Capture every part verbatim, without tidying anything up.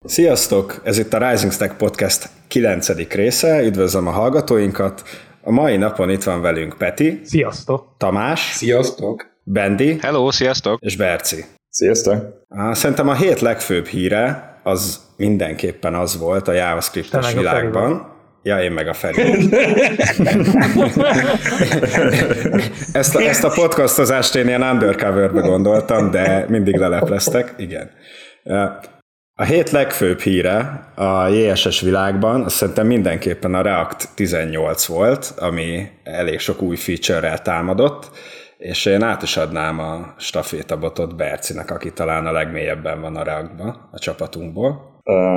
Sziasztok! Ez itt a Rising Stack Podcast kilencedik része. Üdvözlöm a hallgatóinkat. A mai napon itt van velünk Peti. Sziasztok! Tamás. Sziasztok! Bendi. Hello, sziasztok! És Berci. Sziasztok! Szerintem a hét legfőbb híre az mindenképpen az volt a JavaScript-es világban. Ja, én meg a Feri. ezt, a, ezt a podcastozást én ilyen undercoverbe gondoltam, de mindig lelepleztek. Igen. A hét legfőbb híre a jé es es világban azt szerintem mindenképpen a React tizennyolc volt, ami elég sok új feature-rel támadott, és én át is adnám a stafétabotot Bercinek, aki talán a legmélyebben van a React-ba, a csapatunkból.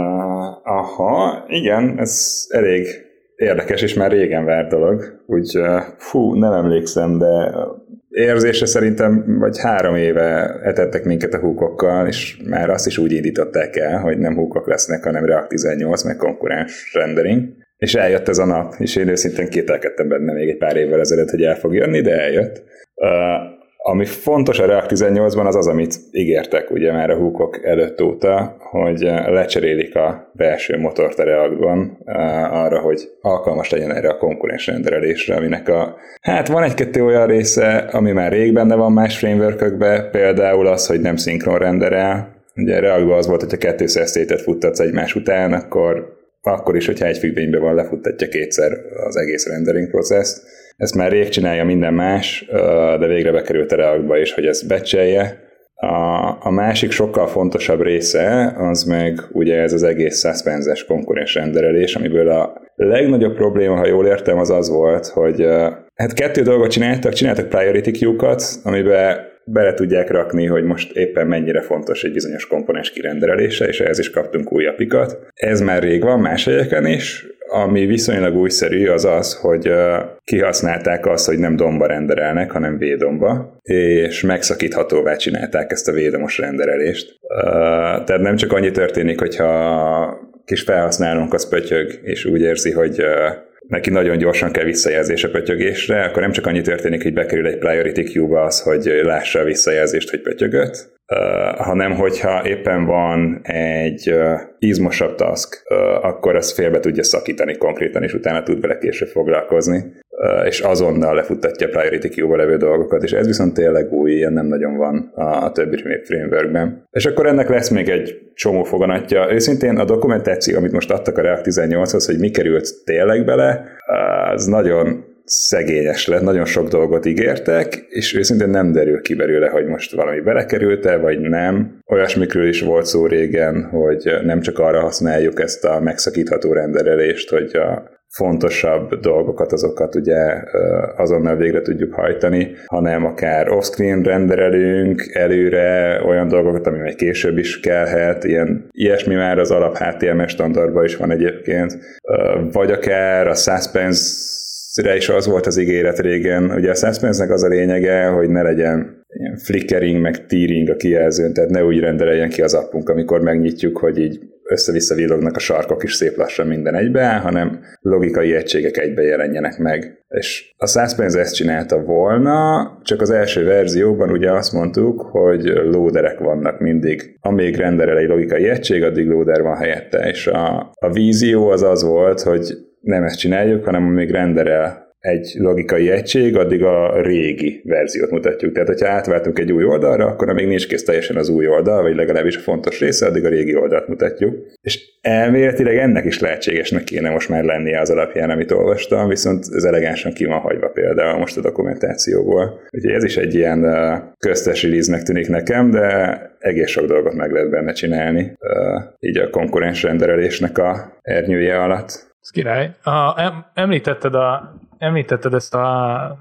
Uh, aha, igen, ez elég érdekes, és már régen várt dolog, úgy uh, fú, nem emlékszem, de érzése szerintem vagy három éve etettek minket a húkokkal, és már azt is úgy indították el, hogy nem húkok lesznek, hanem React tizennyolc, meg konkurens rendering. És eljött ez a nap, és én őszintén kételkedtem benne még egy pár évvel ezelőtt, hogy el fog jönni, de eljött. Uh, ami fontos a React tizennyolcban az az, amit ígértek ugye már a húkok előtt óta, hogy lecserélik a belső motort a Reactban uh, arra, hogy alkalmas legyen erre a konkurens renderelésre, aminek a... Hát van egy-kettő olyan része, ami már rég benne van más frameworkökben, például az, hogy nem szinkron renderel. Ugye Reactban az volt, hogyha kettőszáz state-et futtatsz egymás után, akkor, akkor is, hogyha egy függvényben van, lefuttatja kétszer az egész rendering processzt. Ezt már rég csinálja minden más, de végre bekerült a Reactba is, hogy ezt becselje. A, a másik sokkal fontosabb része, az meg ugye ez az egész suspense-es konkurens renderelés, amiből a legnagyobb probléma, ha jól értem, az az volt, hogy hát kettő dolgot csináltak, csináltak priority queue-kat, amiben bele tudják rakni, hogy most éppen mennyire fontos egy bizonyos komponens kirenderelése, és ehhez is kaptunk új apikat. Ez már rég van más helyeken is, ami viszonylag újszerű az az, hogy kihasználták azt, hogy nem domba renderelnek, hanem V-domba, és megszakíthatóvá csinálták ezt a V-domos renderelést. Tehát nem csak annyi történik, hogyha kis felhasználónk az pötyög, és úgy érzi, hogy neki nagyon gyorsan kell visszajelzés a pötyögésre, akkor nem csak annyi történik, hogy bekerül egy priority queue-ba az, hogy lássa a visszajelzést, hogy pötyögött, Uh, hanem hogyha éppen van egy uh, izmosabb task, uh, akkor azt félbe tudja szakítani konkrétan, és utána tud vele később foglalkozni, uh, és azonnal lefuttatja a priority queue-ba levő dolgokat, és ez viszont tényleg új, ilyen nem nagyon van a, a többi frameworkben. És akkor ennek lesz még egy csomó foganatja. Őszintén a dokumentáció, amit most adtak a React tizennyolchoz, hogy mi került tényleg bele, uh, az nagyon szegényes lett, nagyon sok dolgot ígértek, és őszintén nem derül ki belőle, hogy most valami belekerült-e, vagy nem. Olyasmikről is volt szó régen, hogy nem csak arra használjuk ezt a megszakítható renderelést, hogy a fontosabb dolgokat, azokat ugye azonnal végre tudjuk hajtani, hanem akár off-screen renderelünk előre olyan dolgokat, ami majd később is kellhet, ilyen, ilyesmi már az alap há té em el standardban is van egyébként, vagy akár a suspense re is az volt az ígéret régen. Ugye a suspense-nek az a lényege, hogy ne legyen ilyen flickering, meg tearing a kijelzőn, tehát ne úgy rendeljen ki az appunk, amikor megnyitjuk, hogy így össze-vissza villognak a sarkok is szép lassan minden egybe, hanem logikai egységek egybe jelenjenek meg. És a suspense ezt csinálta volna, csak az első verzióban ugye azt mondtuk, hogy loaderek vannak mindig. Amíg renderel egy logikai egység, addig loader van helyette, és a, a vízió az az volt, hogy nem ezt csináljuk, hanem amíg renderel egy logikai egység, addig a régi verziót mutatjuk. Tehát, hogyha átváltunk egy új oldalra, akkor amíg nincs kész teljesen az új oldal, vagy legalábbis a fontos része, addig a régi oldalt mutatjuk. És elméletileg ennek is lehetségesnek kéne most már lennie az alapján, amit olvastam, viszont ez elegánsan ki van hagyva például most a dokumentációból. Úgyhogy ez is egy ilyen köztes release-nek tűnik nekem, de egész sok dolgot meg lehet benne csinálni, így a konkurens renderelésnek a ernyője alatt. Ez király. A, említetted, a, említetted ezt a,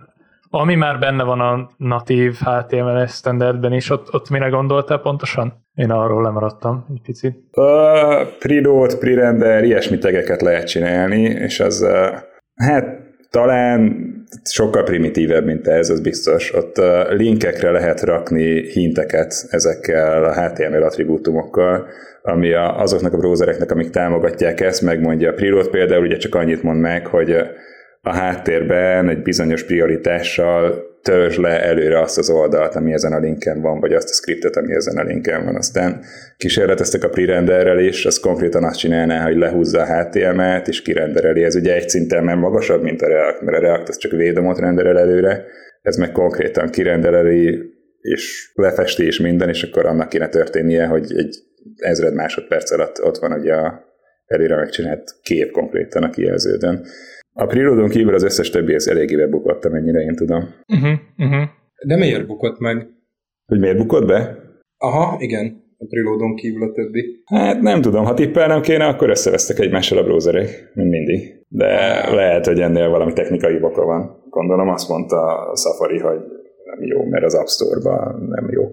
ami már benne van a natív há té em el standardben is, ott, ott mire gondoltál pontosan? Én arról lemaradtam egy picit. Uh, preload, prerender, ilyesmi tegeket lehet csinálni, és az uh, hát talán sokkal primitívebb, mint ez, az biztos. Ott uh, linkekre lehet rakni hinteket ezekkel a há té em el attribútumokkal, ami a, azoknak a browsereknek, amik támogatják ezt, megmondja a preload például, ugye csak annyit mond meg, hogy a háttérben egy bizonyos prioritással törzs le előre azt az oldalt, ami ezen a linken van, vagy azt a scriptet, ami ezen a linken van. Aztán kísérleteztek a pre-renderrel is, az konkrétan azt csinálná, hogy lehúzza a há té em el-t, és kirendereli. Ez ugye egy szinten már magasabb, mint a React, mert a React az csak védomot renderel előre, ez meg konkrétan kirendereli, és lefesti és minden, és akkor annak kéne történnie, hogy egy ezred másodperc alatt ott van ugye a előre megcsinált kép konkrétan a kijelződön. A preloadon kívül az összes többi ez eléggé bebukott, amennyire én tudom. Uh-huh, uh-huh. De miért bukott meg? Hogy miért bukott be? Aha, igen. A preloadon kívül a többi. Hát nem tudom, ha tippelnem kéne, akkor összevesztek egymással a browserek, mint mindig. De lehet, hogy ennél valami technikai oka van. Gondolom azt mondta a Safari, hogy nem jó, mert az App Store-ban nem jó.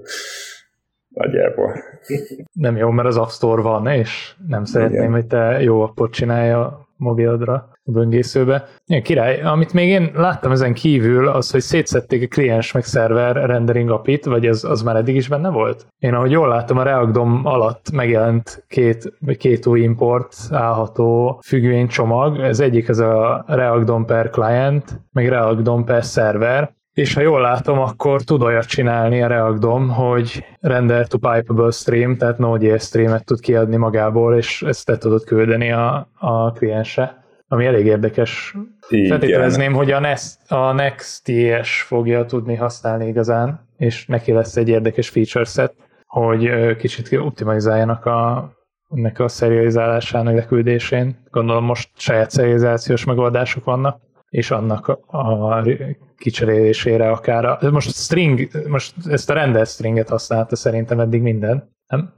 Nagyjából. Nem jó, mert az App Store van, és nem szeretném, igen, hogy te jó appot csinálja a mobilodra, a böngészőbe. Igen, király. Amit még én láttam ezen kívül, az, hogy szétszették a kliens meg szerver rendering apit, vagy az, az már eddig is benne volt? Én ahogy jól láttam, a React dé o em alatt megjelent két, két új import állható függvénycsomag. Ez egyik az a React dé o em per client, meg React dé o em per szerver, és ha jól látom, akkor tud olyat csinálni a React dé o em, hogy render to pipeable stream, tehát Node.js streamet tud kiadni magából, és ezt te tudod küldeni a, a kliensre, ami elég érdekes. Feltételezném, hogy a, Nest, a Next.js fogja tudni használni igazán, és neki lesz egy érdekes feature set, hogy kicsit optimalizáljanak a, ennek a serializálásának leküldésén. Gondolom most saját serializációs megoldások vannak, és annak a kicserélésére akár. A, most string, most ezt a render stringet használta szerintem eddig minden, nem?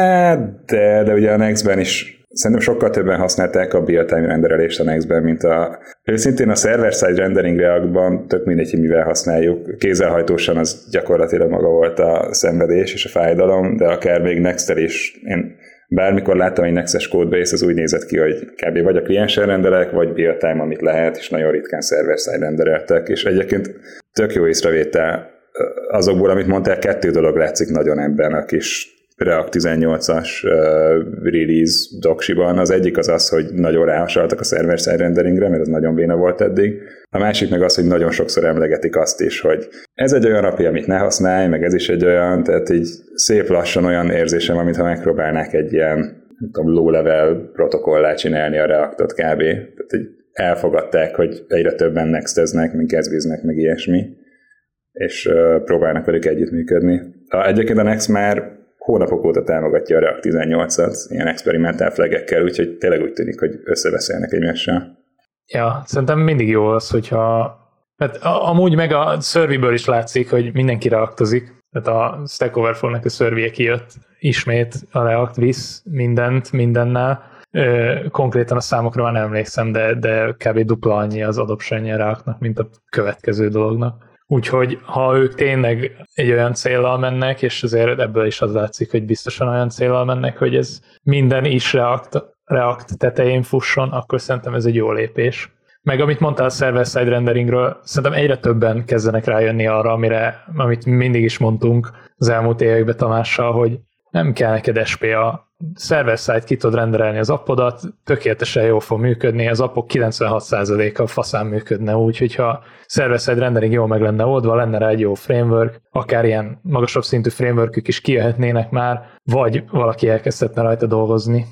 De, de ugye a Next-ben is szerintem sokkal többen használták a real-time renderelést a Next-ben, mint a... Őszintén a server-side rendering React-ban tök mindegy, hogy mivel használjuk. Kézzelhajtósan az gyakorlatilag maga volt a szenvedés és a fájdalom, de akár még Next-tel is. Én bármikor láttam egy Next-es codebase, az úgy nézett ki, hogy kb. Vagy a kliensen rendelek, vagy real-time, amit lehet, és nagyon ritkán server-side rendereltek. És egyébként tök jó észrevétel azokból, amit mondtál, kettő dolog látszik nagyon ebben a kis React tizennyolcas uh, release doksiban. Az egyik az az, hogy nagyon ráhasaltak a server-side renderingre, mert az nagyon béna volt eddig. A másik meg az, hogy nagyon sokszor emlegetik azt is, hogy ez egy olyan á pé i, amit ne használj, meg ez is egy olyan, tehát így szép lassan olyan érzésem, van, mintha megpróbálnák egy ilyen nem tudom, low-level protokollá csinálni a Reactot kb. Tehát így elfogadták, hogy egyre többen nexteznek, mint Gatsby-znek, meg ilyesmi, és uh, próbálnak velük együttműködni. A, egyébként a Next már hónapok óta támogatja a React tizennyolcat ilyen experimentál flagekkel, úgyhogy tényleg úgy tűnik, hogy összebeszélnek egymással. Ja, szerintem mindig jó az, hogyha... Mert amúgy meg a Survey-ből is látszik, hogy mindenki reaktozik. Tehát a Stack Overflow-nek a Survey-e kijött ismét, a React visz mindent mindennel. Konkrétan a számokra már nem emlékszem, de, de kb. Dupla annyi az adoption-je a Reactnak, mint a következő dolognak. Úgyhogy ha ők tényleg egy olyan céllal mennek, és azért ebből is az látszik, hogy biztosan olyan céllal mennek, hogy ez minden is React, React tetején fusson, akkor szerintem ez egy jó lépés. Meg amit mondtál a server-side renderingről, szerintem egyre többen kezdenek rájönni arra, amire, amit mindig is mondtunk az elmúlt években Tamással, hogy nem kell neked es pé á. Server-side ki tud renderelni az appodat, tökéletesen jól fog működni, az appok kilencvenhat százaléka faszán működne úgy, hogyha server-side rendering jól meg lenne oldva, lenne rá egy jó framework, akár ilyen magasabb szintű frameworkük is kijöhetnének már, vagy valaki elkezdhetne rajta dolgozni,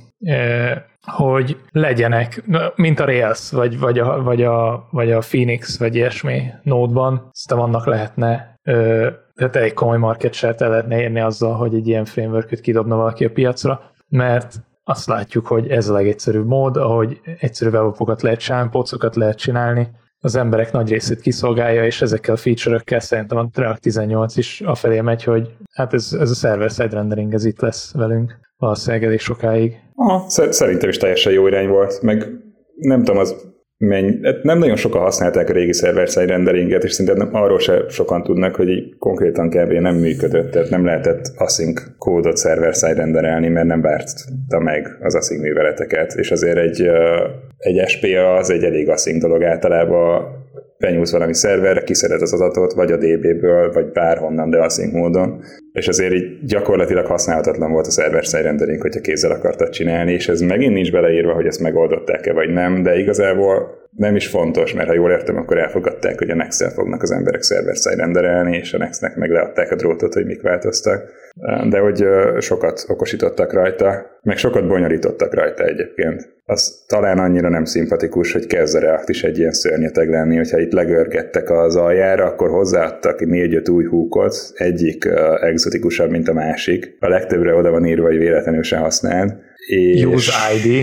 hogy legyenek, mint a Rails, vagy, vagy, a, vagy, a, vagy a Phoenix, vagy ilyesmi Node-ban, szerintem annak lehetne tehát elég komoly market share-t el lehetne érni azzal, hogy egy ilyen frameworköt kidobna valaki a piacra, mert azt látjuk, hogy ez a legegyszerűbb mód, ahogy egyszerű webopokat lehet csinálni, pocokat lehet csinálni, az emberek nagy részét kiszolgálja, és ezekkel a feature-ökkel szerintem a React tizennyolc is afelé megy, hogy hát ez, ez a server-side rendering, ez itt lesz velünk valószínűleg elég sokáig. Aha, szerintem is teljesen jó irány volt, meg nem tudom, az menny, nem nagyon sokan használták a régi server-side renderinget, és szerintem arról se sokan tudnak, hogy így konkrétan kb. Nem működött, tehát nem lehetett async kódot server-side renderelni, mert nem várta meg az async műveleteket, és azért egy, egy es pé á az egy elég async dolog általában, benyúlsz valami szerverre, kiszeded az adatot, vagy a dé bé-ből, vagy bárhonnan, de async módon, és azért így gyakorlatilag használhatatlan volt a server-side rendering, hogyha kézzel akartad csinálni, és ez megint nincs beleírva, hogy ezt megoldották-e, vagy nem, de igazából nem is fontos, mert ha jól értem, akkor elfogadták, hogy a Next-el fognak az emberek server-side renderelni, és a Next-nek meg leadták a drótot, hogy mik változtak. De hogy sokat okosítottak rajta, meg sokat bonyolítottak rajta egyébként. Az talán annyira nem szimpatikus, hogy kezd a React is egy ilyen szörnyeteg lenni, hogyha itt legörgettek az aljára, akkor hozzáadtak négy-öt új húkot, egyik uh, egzotikusabb, mint a másik. A legtöbbre oda van írva, hogy véletlenül sem használd. És Use i dé.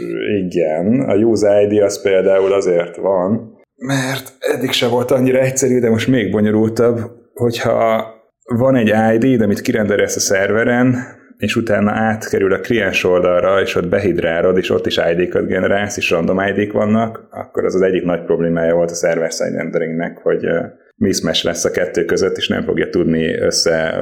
Igen, a Use i dé az például azért van, mert eddig se volt annyira egyszerű, de most még bonyolultabb, hogyha van egy i dé-d, amit kirendelsz a szerveren, és utána átkerül a kliens oldalra, és ott behidrálod, és ott is i dé-kat generálsz, és random i dé-k vannak, akkor az az egyik nagy problémája volt a server-side renderingnek, hogy mismatch lesz a kettő között, és nem fogja tudni össze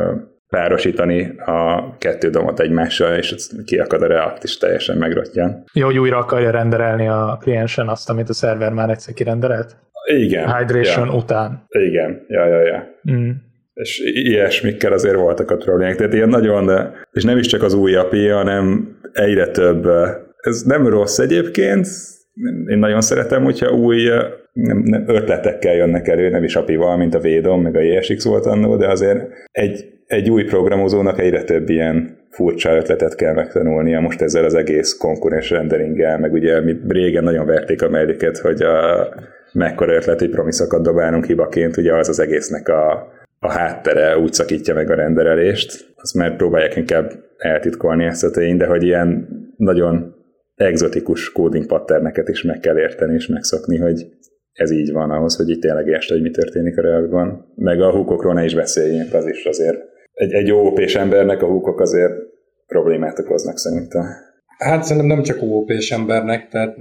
párosítani a kettő domot egymással, és kiakad a React is teljesen megrottyan. Jó, hogy újra akarja renderelni a kliensen azt, amit a szerver már egyszer kirenderelt? Igen. Hydration ja. után. Igen, ja, ja, ja. Mm. És ilyesmikkel azért voltak a problémák. Tehát ilyen nagyon, és nem is csak az új á pé i, hanem egyre több. Ez nem rossz egyébként, én nagyon szeretem, hogyha új nem, nem ötletekkel jönnek elő, nem is á pé i-val, mint a Védom, meg a jé es iksz volt annó, de azért egy, egy új programozónak egyre több ilyen furcsa ötletet kell megtanulnia most ezzel az egész konkurens renderinggel, meg ugye mi régen nagyon verték a melléket, hogy a mekkora ötleti promiszokat dobálunk hibaként, ugye az az egésznek a a háttere úgy szakítja meg a renderelést, azt már próbálják inkább eltitkolni ezt a tény, de hogy ilyen nagyon egzotikus coding patterneket is meg kell érteni és megszokni, hogy ez így van ahhoz, hogy itt tényleg értsd, hogy mi történik a Reactban. Meg a húkokról ne is beszéljünk, az is azért. Egy, egy ó pé-s embernek a húkok azért problémát okoznak szerintem. Hát szerintem nem csak ó pé-s embernek, tehát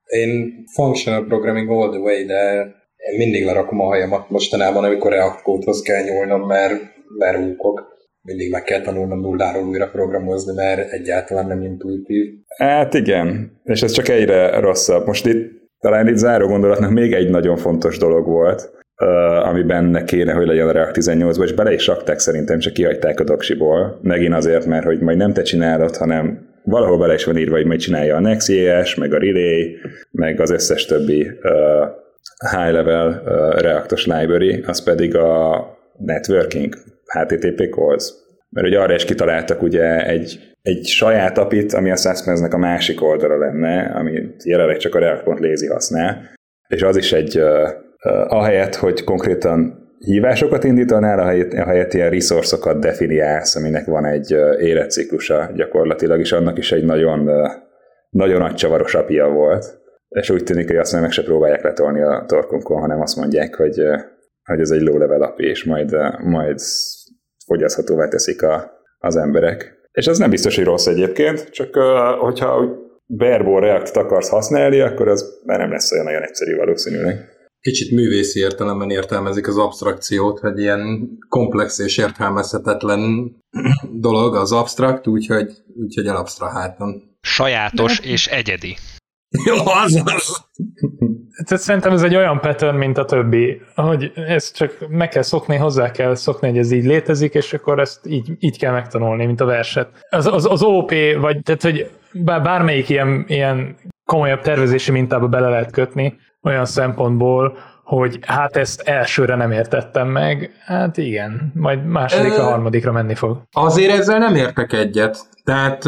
én functional programming all the way, de én mindig lerakom a hajamat mostanában, amikor React kódhoz kell nyúlnom, mert, mert húkok. Mindig meg kell tanulnom nulláról újra programozni, mert egyáltalán nem intuitív. Hát igen, és ez csak egyre rosszabb. Most itt talán itt záró gondolatnak még egy nagyon fontos dolog volt, uh, ami benne kéne, hogy legyen a React tizennyolcban, és bele is rakták szerintem, csak kihagyták a doksiból. Megint azért, mert hogy majd nem te csinálod, hanem valahol bele is van írva, hogy majd csinálja a Next.js, meg a Relay, meg az összes többi uh, high-level uh, Reactos library, az pedig a networking, há té té pé calls. Mert ugye arra is kitaláltak ugye egy, egy saját apit, ami a Suspense-nek a másik oldala lenne, ami jelenleg csak a React.lazy használ, és az is egy, uh, uh, ahelyett, hogy konkrétan hívásokat indítanál, ahelyett, ahelyett ilyen resource-okat definiálsz, aminek van egy uh, életciklusa gyakorlatilag, és annak is egy nagyon, uh, nagyon nagy csavaros apja volt. És úgy tűnik, hogy azt meg se próbálják letolni a torkunkon, hanem azt mondják, hogy, hogy ez egy low-level á pé i, és majd, majd fogyaszthatóvá teszik a, az emberek. És ez nem biztos, hogy rossz egyébként, csak hogyha bare-bone React-t akarsz használni, akkor az már nem lesz olyan nagyon egyszerű valószínűleg. Kicsit művészi értelemben értelmezik az abstrakciót, hogy ilyen komplex és értelmezhetetlen dolog az abstrakt, úgyhogy, úgyhogy elabsztraháltam. Sajátos és egyedi. Jó, az az. Tehát szerintem ez egy olyan pattern, mint a többi, hogy ezt csak meg kell szokni, hozzá kell szokni, hogy ez így létezik, és akkor ezt így, így kell megtanulni, mint a verset. Az, az, az ó pé, vagy tehát, hogy bármelyik ilyen, ilyen komolyabb tervezési mintába bele lehet kötni, olyan szempontból, hogy hát ezt elsőre nem értettem meg, hát igen, majd másodikra, harmadikra menni fog. Azért ezzel nem értek egyet. Tehát...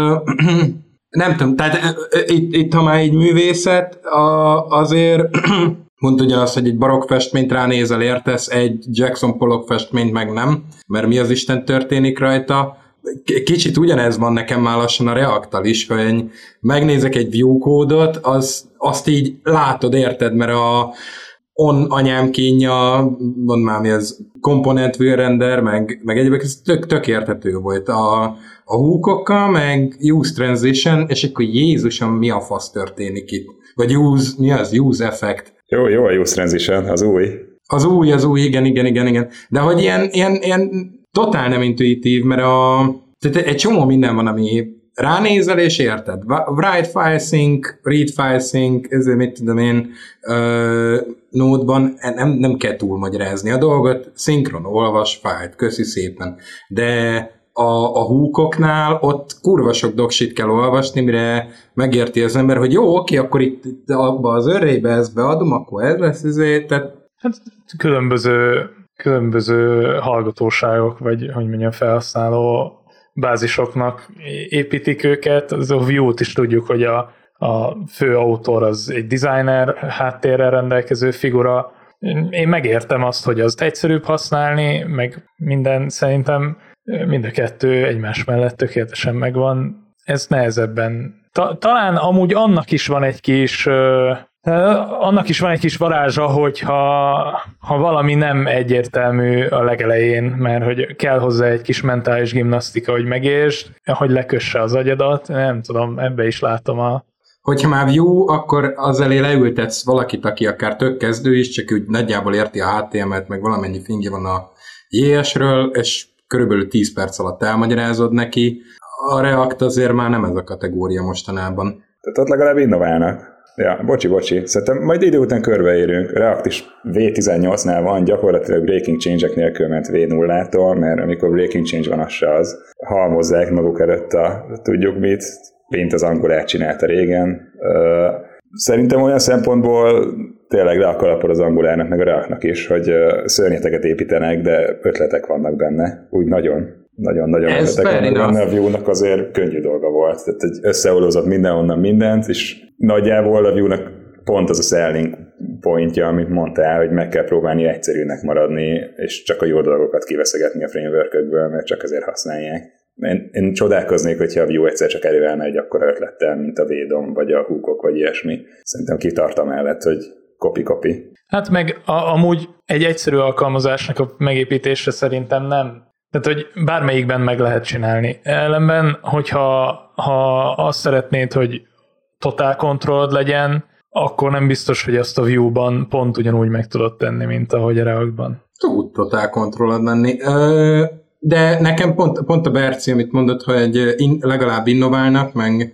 Nem tudom, tehát itt, itt ha már egy művészet, azért mondd ugyanazt, hogy egy barokk festményt ránézel, értesz, egy Jackson Pollock festményt meg nem, mert mi az Isten történik rajta. Kicsit ugyanez van nekem már lassan a React-tal is, hogy megnézek egy view kódot, az, azt így látod, érted, mert a on anyám kínja, mondd már mi az, component will render, meg, meg egyébként ez tök, tök érthető volt a, a húkokkal, meg use transition, és akkor Jézusom, mi a fasz történik itt? Vagy use, mi az? Use effect. Jó, jó a use transition, az új. Az új, az új, igen, igen, igen, igen. De hogy ilyen, ilyen, ilyen totál nem intuitív, mert a, tehát egy csomó minden van, ami ránézel és érted. Write file sync, read file sync, ezért mit tudom én, uh, Node-ban nem, nem kell túl magyarázni a dolgot, szinkron olvas fájlt, köszi szépen. De a, a húkoknál ott kurva sok doksit kell olvasni, mire megérti az ember, hogy jó, oké, akkor itt, itt abba az örrébe ezt beadom, akkor ez lesz ezért, tehát... Hát különböző, különböző hallgatóságok, vagy hogy mondjam, felhasználó bázisoknak építik őket. Az a Vue-t is tudjuk, hogy a, a fő autor az egy designer háttérrel rendelkező figura. Én megértem azt, hogy azt egyszerűbb használni, meg minden, szerintem mind a kettő egymás mellett tökéletesen megvan. Ez nehezebben. Ta, talán amúgy annak is van egy kis annak is van egy kis varázsa, hogyha ha valami nem egyértelmű a legelején, mert hogy kell hozzá egy kis mentális gimnasztika, hogy megértsd, hogy lekösse az agyadat. Nem tudom, ebbe is látom a... Hogyha már Vue, akkor az elé leültetsz valakit, aki akár tök kezdő is, csak úgy nagyjából érti a há té em el-t, meg valamennyi fingja van a jé es-ről, és körülbelül tíz perc alatt elmagyarázod neki. A React azért már nem ez a kategória mostanában. Tehát ott legalább innoválnak. Ja, bocsi, bocsi. Szerintem majd idő után körbeérünk. React is vé tizennyolcnál van, gyakorlatilag breaking change-ek nélkül ment vé nullától, mert amikor breaking change van, az se az. Halmozzák maguk előtt a tudjuk mit, mint az Angular csinálta régen. Szerintem olyan szempontból tényleg le a kalapod az Angularnak, meg a Reactnak is, hogy szörnyeteket építenek, de ötletek vannak benne. Úgy nagyon, nagyon-nagyon ötletek vannak benne. A Vue-nak azért könnyű dolga volt. Tehát egy összeolózott mindenhonnan mindent, és nagyjából a Vue-nak pont az a selling pointja, amit mondtál, hogy meg kell próbálni egyszerűnek maradni, és csak a jó dolgokat kiveszegetni a frameworkökből, mert csak azért használják. Én, én csodálkoznék, hogyha a Vue egyszer csak előállna egy akkora ötlettel, mint a Védom, vagy a húkok, vagy ilyesmi. Szerintem kitart amellett, hogy kopi-kopi. Hát meg a, amúgy egy egyszerű alkalmazásnak a megépítése szerintem nem. Tehát, hogy bármelyikben meg lehet csinálni. Ellenben, hogyha ha azt szeretnéd, hogy totál kontrollod legyen, akkor nem biztos, hogy azt a Vue-ban pont ugyanúgy meg tudod tenni, mint ahogy a React-ban. Tud totál kontrollod lenni. Ö- De nekem pont, pont a Berci, amit mondott, hogy in, legalább innoválnak, meg,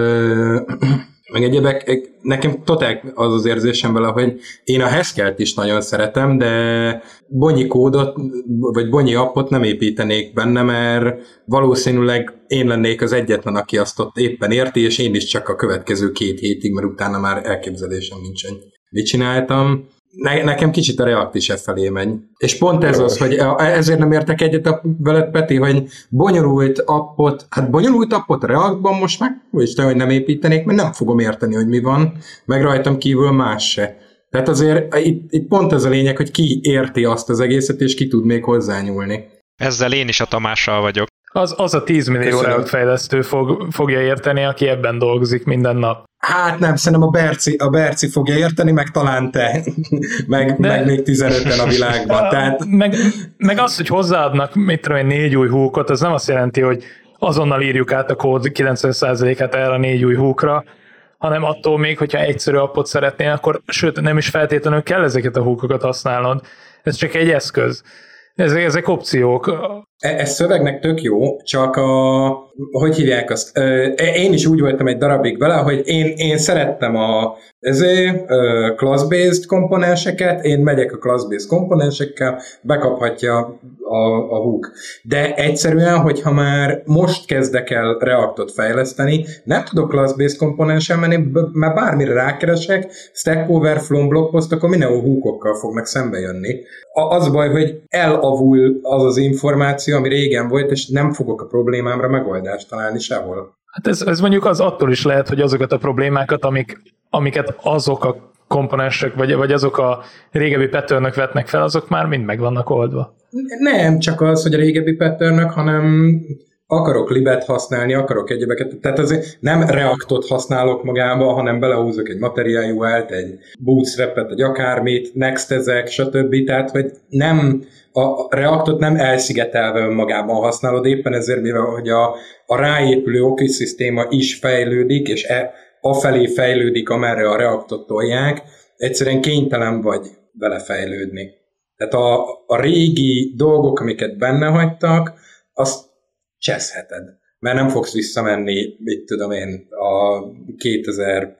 ö, meg egyébek, nekem totál az az érzésem vele, hogy én a Haskell-t is nagyon szeretem, de bonyi kódot, vagy bonyi appot nem építenék benne, mert valószínűleg én lennék az egyetlen, aki azt ott éppen érti, és én is csak a következő két hétig, mert utána már elképzelésem nincsen. Mit csináltam? Ne, nekem kicsit a React is e felé megy. És pont ez az, hogy ezért nem értek egyet a, veled, Peti, hogy bonyolult appot, hát bonyolult appot Reactban most meg, és te, hogy nem építenék, mert nem fogom érteni, hogy mi van, meg rajtam kívül más se. Tehát azért itt, itt pont ez a lényeg, hogy ki érti azt az egészet, és ki tud még hozzányúlni. Ezzel én is a Tamással vagyok. Az, az a tíz millió React fejlesztő fog, fogja érteni, aki ebben dolgozik minden nap. Hát nem, szerintem a Berci, a Berci fogja érteni, meg talán te, meg, De... meg még tizenöten a világban. Tehát... Meg, meg az, hogy hozzáadnak mit tudom én, négy új húkot, az nem azt jelenti, hogy azonnal írjuk át a kód kilencven százalékát erre a négy új húkra, hanem attól még, hogyha egyszerű appot szeretnél, akkor sőt, nem is feltétlenül kell ezeket a húkokat használnod. Ez csak egy eszköz. Ezek, ezek opciók. Ez szövegnek tök jó, csak a... Hogy hívják azt? Én is úgy voltam egy darabig vele, hogy én, én szerettem a ezért, class-based komponenseket, én megyek a class-based komponensekkel, bekaphatja a, a hook. De egyszerűen, hogyha már most kezdek el Reactot fejleszteni, nem tudok class-based komponensen menni, mert bármire rákeresek, Stack Overflow blogpost, akkor mindenhol hookokkal fognak szembe jönni. Az baj, hogy elavul az az információ, ami régen volt, és nem fogok a problémámra megoldást találni sehol. Hát ez, ez mondjuk az attól is lehet, hogy azokat a problémákat, amik, amiket azok a komponensek, vagy, vagy azok a régebbi patternök vetnek fel, azok már mind meg vannak oldva. Nem csak az, hogy a régebbi patternök, hanem akarok libet használni, akarok egyebeket, tehát azért nem Reactot használok magába, hanem belehúzok egy Material u el-t, egy Bootstrap-et, egy akármit, Next-ezek, stb. Tehát, hogy nem, a Reactot nem elszigetelve önmagában használod, éppen ezért, mivel hogy a, a ráépülő ökoszisztéma is fejlődik, és e, afelé fejlődik, amerre a Reactot tolják, egyszerűen kénytelen vagy vele fejlődni. Tehát a, a régi dolgok, amiket benne hagytak, azt cseszheted, mert nem fogsz visszamenni, mit tudom én, a kétezer-tíz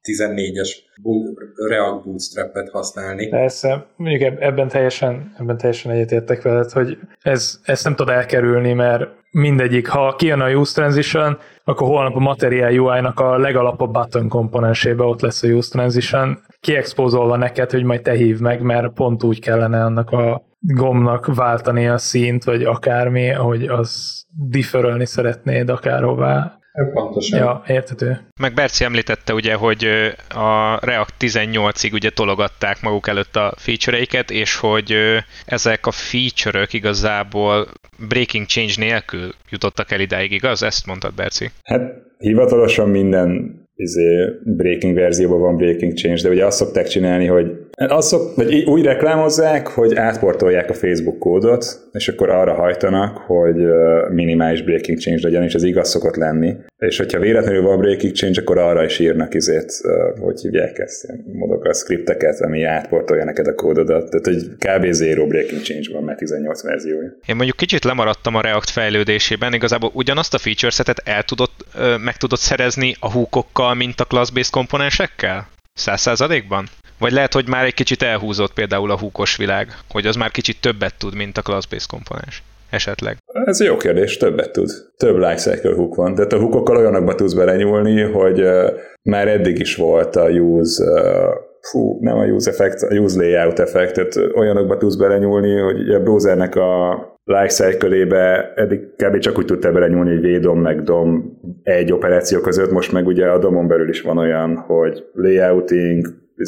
tizennégyes React Bootstrap-et használni. Persze, mondjuk ebben teljesen, ebben teljesen egyetértek veled, hogy ez, ezt nem tud elkerülni, mert mindegyik, ha kijön a use transition, akkor holnap a Material u i-nak a legalapabb button komponensébe ott lesz a use transition, kiexpózolva neked, hogy majd te hívd meg, mert pont úgy kellene annak a gombnak váltani a színt, vagy akármi, hogy az differölni szeretnéd akárhová. Pontosan. Ja, érthető. Meg Berci említette ugye, hogy a React tizennyolcig ugye tologatták maguk előtt a feature-eiket, és hogy ezek a feature-ök igazából breaking change nélkül jutottak el idáig, igaz? Ezt mondtad, Berci? Hát hivatalosan minden izé, breaking verzióban van breaking change, de ugye azt szokták csinálni, hogy azt szok, vagy úgy reklámozzák, hogy átportolják a Facebook kódot, és akkor arra hajtanak, hogy minimális breaking change legyen, és ez igaz szokott lenni. És hogyha véletlenül van breaking change, akkor arra is írnak izét, hogy hívják ezt, mondok a scripteket, ami átportolja neked a kódodat. Tehát, hogy kb. Zero breaking change van, mert tizennyolc verziója. Én mondjuk kicsit lemaradtam a React fejlődésében, igazából ugyanazt a feature setet el tudod, meg tudod szerezni a hookokkal, mint a class-based komponensekkel? Száz százalékban? Vagy lehet, hogy már egy kicsit elhúzott például a hookos világ, hogy az már kicsit többet tud, mint a class-based komponens? Esetleg. Ez jó kérdés, többet tud. Több lifecycle hook van. Tehát a hookokkal olyanokba tudsz belenyúlni, hogy uh, már eddig is volt a use, uh, fú, nem a use effect, a use layout effect, tehát olyanokba tudsz belenyúlni, hogy a browsernek a lifecycle-ébe eddig kb. Csak úgy tudtál belenyúlni, hogy vdom meg dom egy operáció között, most meg ugye a domon belül is van olyan, hogy layouting,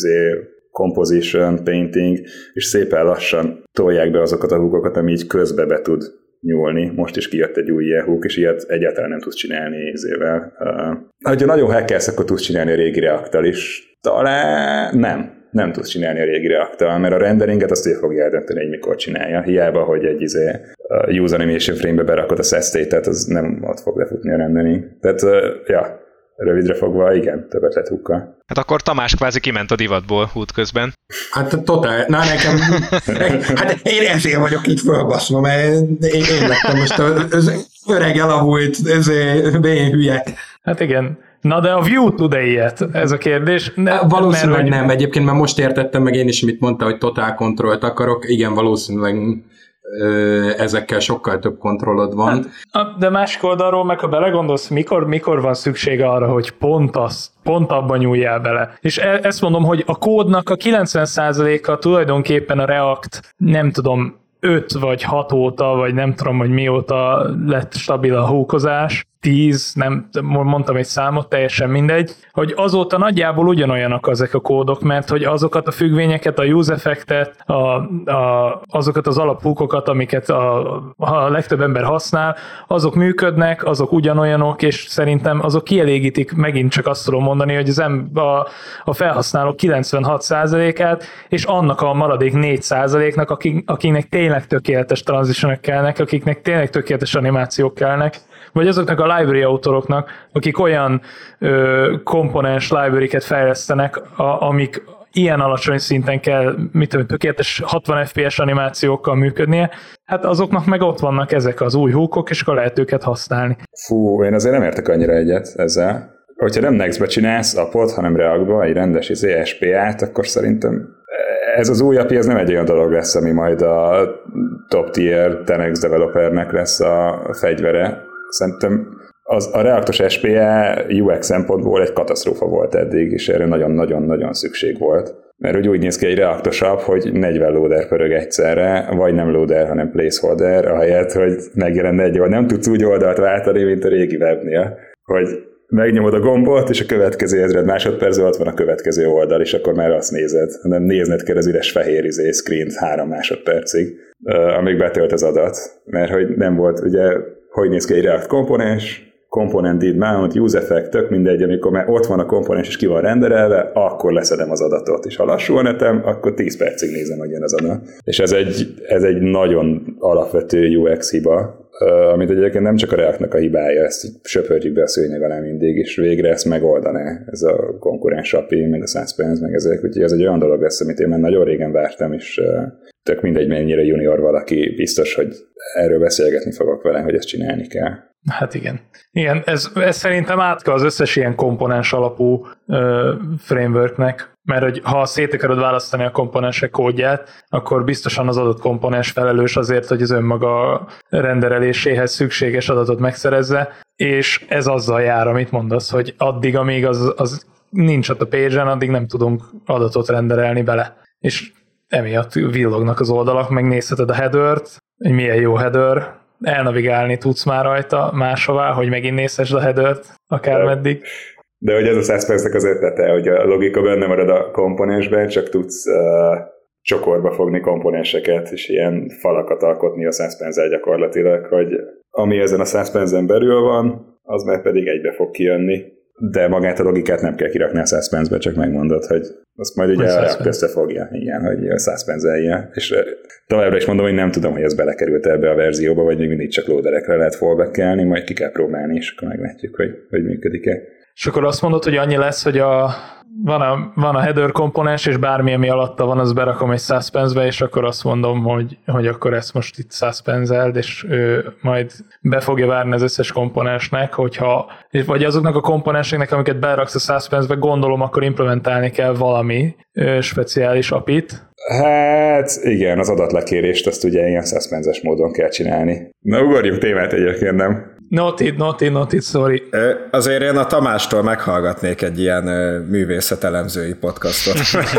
composition, painting, és szépen lassan tolják be azokat a hookokat, ami így közbe be tud nyúlni. Most is kijött egy új ilyen hook, és ilyet egyáltalán nem tudsz csinálni izével. Uh, ha nagyon hackelsz, akkor tudsz csinálni a régi React-tal is. Talán nem. Nem tudsz csinálni a régi React-tal, mert a renderinget azt ő fogja eldönteni, hogy mikor csinálja. Hiába, hogy egy izé, uh, use animation frame-be berakod a set state-et, az nem ott fog lefutni a rendering. Tehát, uh, ja, rövidre fogva, igen, többet lett hookkal. Hát akkor Tamás kvázi kiment a divatból út közben. Hát totál, na nekem, hát én ezért vagyok itt fölbaszva, mert én, én lettem most az öreg elavult, ezért én hülye. Hát igen. Na de a Vue tud-e ilyet? Ez a kérdés. Ne, valószínűleg mert, nem. Egyébként már most értettem meg én is, mit mondta, hogy totál kontrollt akarok. Igen, valószínűleg ö, ezekkel sokkal több kontrollod van. Hát, de másik oldalról meg, ha belegondolsz, mikor, mikor van szüksége arra, hogy pont, az, pont abban nyúljál bele. És e, ezt mondom, hogy a kódnak a kilencven százaléka tulajdonképpen a React, nem tudom, öt vagy hat óta, vagy nem tudom, hogy mióta lett stabil a hookozás, tíz, nem mondtam egy számot, teljesen mindegy, hogy azóta nagyjából ugyanolyanak ezek a kódok, mert hogy azokat a függvényeket, a use effectet, a, a, azokat az alaphookokat, amiket a, a legtöbb ember használ, azok működnek, azok ugyanolyanok, és szerintem azok kielégítik, megint csak azt tudom mondani, hogy az em, a, a felhasználók kilencvenhat százalékát, és annak a maradék négy százaléknak, akik, akiknek tényleg tökéletes transitionok kellnek, akiknek tényleg tökéletes animációk kellnek, vagy azoknak a library autoroknak, akik olyan ö, komponens library-ket fejlesztenek, a, amik ilyen alacsony szinten kell, mit tudom, tökéletes hatvan ef pé es animációkkal működnie, hát azoknak meg ott vannak ezek az új hookok, és akkor lehet őket használni. Fú, én azért nem értek annyira egyet ezzel. Hogyha nem Next-be csinálsz appot, hanem React-ba, egy rendes izé, es pé á-t, akkor szerintem ez az új á pé, ez nem egy olyan dolog lesz, ami majd a top tier ten x developernek lesz a fegyvere. Szerintem az, a Reactos es pé á u iksz szempontból egy katasztrófa volt eddig, és erre nagyon-nagyon-nagyon szükség volt. Mert úgy, úgy néz ki egy Reactos app, hogy negyven loader pörög egyszerre, vagy nem loader, hanem placeholder, ahelyett, hogy megjelenne egy oldal. Nem tudsz úgy oldalt váltani, mint a régi webnél, hogy megnyomod a gombot, és a következő ezred másodperc alatt van a következő oldal, és akkor már azt nézed, hanem nézned kell az üres fehér izé screent három másodpercig, amíg betölt az adat. Mert hogy nem volt, ugye, hogy néz ki egy React komponens, component did mount, use effect, tök mindegy, amikor már ott van a komponens és ki van renderelve, akkor leszedem az adatot. És ha lassú a netem, akkor tíz percig nézem, hogy jön az adat. És ez egy, ez egy nagyon alapvető u iksz hiba, amit egyébként nem csak a Reactnak a hibája, ezt söpörjük be a szőnyeg alá mindig, és végre ezt megoldaná, ez a konkurens á pé i, meg a Suspense, meg ezek, úgyhogy ez egy olyan dolog lesz, amit én már nagyon régen vártam, és tök mindegy, mennyire junior valaki, biztos, hogy erről beszélgetni fogok vele, hogy ezt csinálni kell. Hát igen. Igen, ez, ez szerintem átka az összes ilyen komponens alapú ö, frameworknek, mert hogy ha szét akarod választani a komponensek kódját, akkor biztosan az adott komponens felelős azért, hogy az önmaga rendereléséhez szükséges adatot megszerezze, és ez azzal jár, amit mondasz, hogy addig, amíg az, az nincs ott a page-en, addig nem tudunk adatot renderelni bele. És emiatt villognak az oldalak, megnézheted a headert, hogy milyen jó header, elnavigálni tudsz már rajta máshová, hogy megint nézhessd a headert, akármeddig. De hogy ez a Suspense-nek az ötlete, hogy a logika benne marad a komponensben, csak tudsz uh, csokorba fogni komponenseket, és ilyen falakat alkotni a Suspense-el gyakorlatilag, hogy ami ezen a Suspense-en belül van, az meg pedig egybe fog kijönni. De magát a logikát nem kell kirakni a Suspense-be, csak megmondod, hogy azt majd ugye a React összefogja, igen, hogy a Suspense-elje. És továbbra is mondom, hogy nem tudom, hogy ez belekerült ebbe a verzióba, vagy még mindig csak loaderekre lehet fallback-elni, majd ki kell próbálni, és akkor meglátjuk, hogy, hogy működik-e. És akkor azt mondod, hogy annyi lesz, hogy a, van, a, van a header komponens, és bármi, ami alatta van, az berakom egy Suspense-be, és akkor azt mondom, hogy, hogy akkor ezt most itt Suspense-eld, és ő majd be fogja várni az összes komponensnek, hogyha, vagy azoknak a komponenseknek, amiket beraksz a Suspense-be, gondolom, akkor implementálni kell valami ö, speciális apit. Hát igen, az adatlekérést azt ugye ilyen Suspense-es módon kell csinálni. Na, ugorjunk témát egyébként, nem? Noted, noted, noted, sorry. Azért én a Tamástól meghallgatnék egy ilyen művészetelemzői podcastot.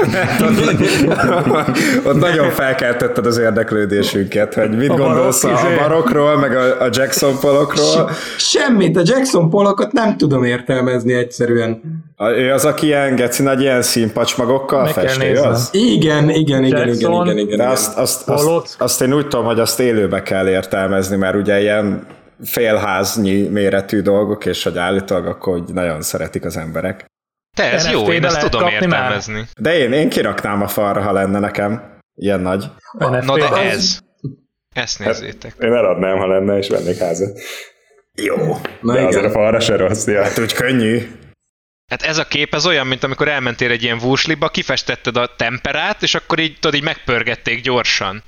Ott nagyon felkeltetted az érdeklődésünket, hogy mit a gondolsz barok, a barokról, meg a, a Jackson polokról. Semmit, a Jackson polokat nem tudom értelmezni egyszerűen. Ő az, aki ilyen geci nagy ilyen színpacsmagokkal festő, az? Igen, igen, igen, Jackson, igen, igen, igen. De azt, azt, azt, azt én úgy tudom, hogy azt élőbe kell értelmezni, mert ugye ilyen félháznyi méretű dolgok, és hogy állítólag akkor hogy nagyon szeretik az emberek. Te, ez jó, én ezt tudom értelmezni. Már. De én, én kiraknám a falra, ha lenne nekem ilyen nagy. A, na de ez. Ezt nézzétek. Hát, én eladnám, ha lenne, és vennék házat. Jó. Na de igen. Azért a falra se rossz. Ja. Hát úgy könnyű. Hát ez a kép, ez olyan, mint amikor elmentél egy ilyen vúsliba, kifestetted a temperát, és akkor így, tudod, így megpörgették gyorsan.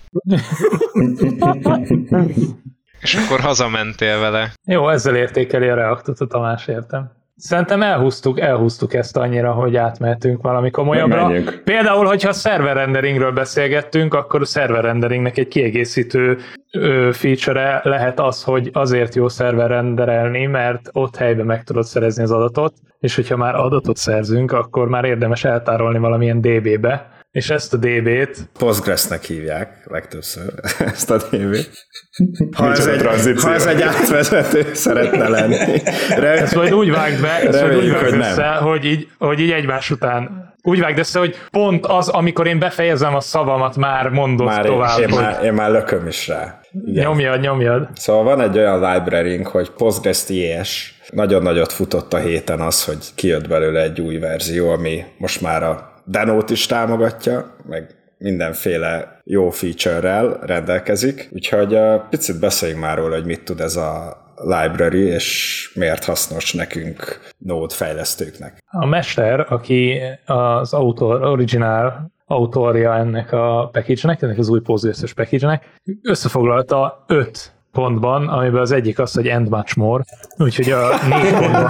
És akkor hazamentél vele. Jó, ezzel értékeli a Reactot a Tamás, értem. Szerintem elhúztuk, elhúztuk ezt annyira, hogy átmehetünk valami komolyabbra. Például, hogyha a server renderingről beszélgettünk, akkor a server renderingnek egy kiegészítő ö, feature-e lehet az, hogy azért jó server renderelni, mert ott helyben meg tudod szerezni az adatot, és hogyha már adatot szerzünk, akkor már érdemes eltárolni valamilyen dé bé-be, és ezt a dé bét... Postgresnek hívják legtöbbször ezt a dé bét. Ha ez, egy, ha ez egy átvezető szeretne lenni. Re... Ezt majd úgy vágd be, ezt majd úgy vágd össze, hogy így, hogy így egymás után... Úgy vágd össze, hogy pont az, amikor én befejezem a szavamat, már mondod már tovább. Én, én, hogy... már, én már lököm is rá. Igen. Nyomjad, nyomjad. Szóval van egy olyan library-nk, hogy PostgreSQL-es. Nagyon nagyot futott a héten az, hogy kijött belőle egy új verzió, ami most már a Denót is támogatja, meg mindenféle jó feature-rel rendelkezik, úgyhogy uh, picit beszéljünk már róla, hogy mit tud ez a library, és miért hasznos nekünk Node fejlesztőknek. A mester, aki az autor, original autorja ennek a package-nek, ennek az új PostgreSQL package-nek, összefoglalta öt pontban, amiben az egyik az, hogy and much more, úgyhogy a négy pontban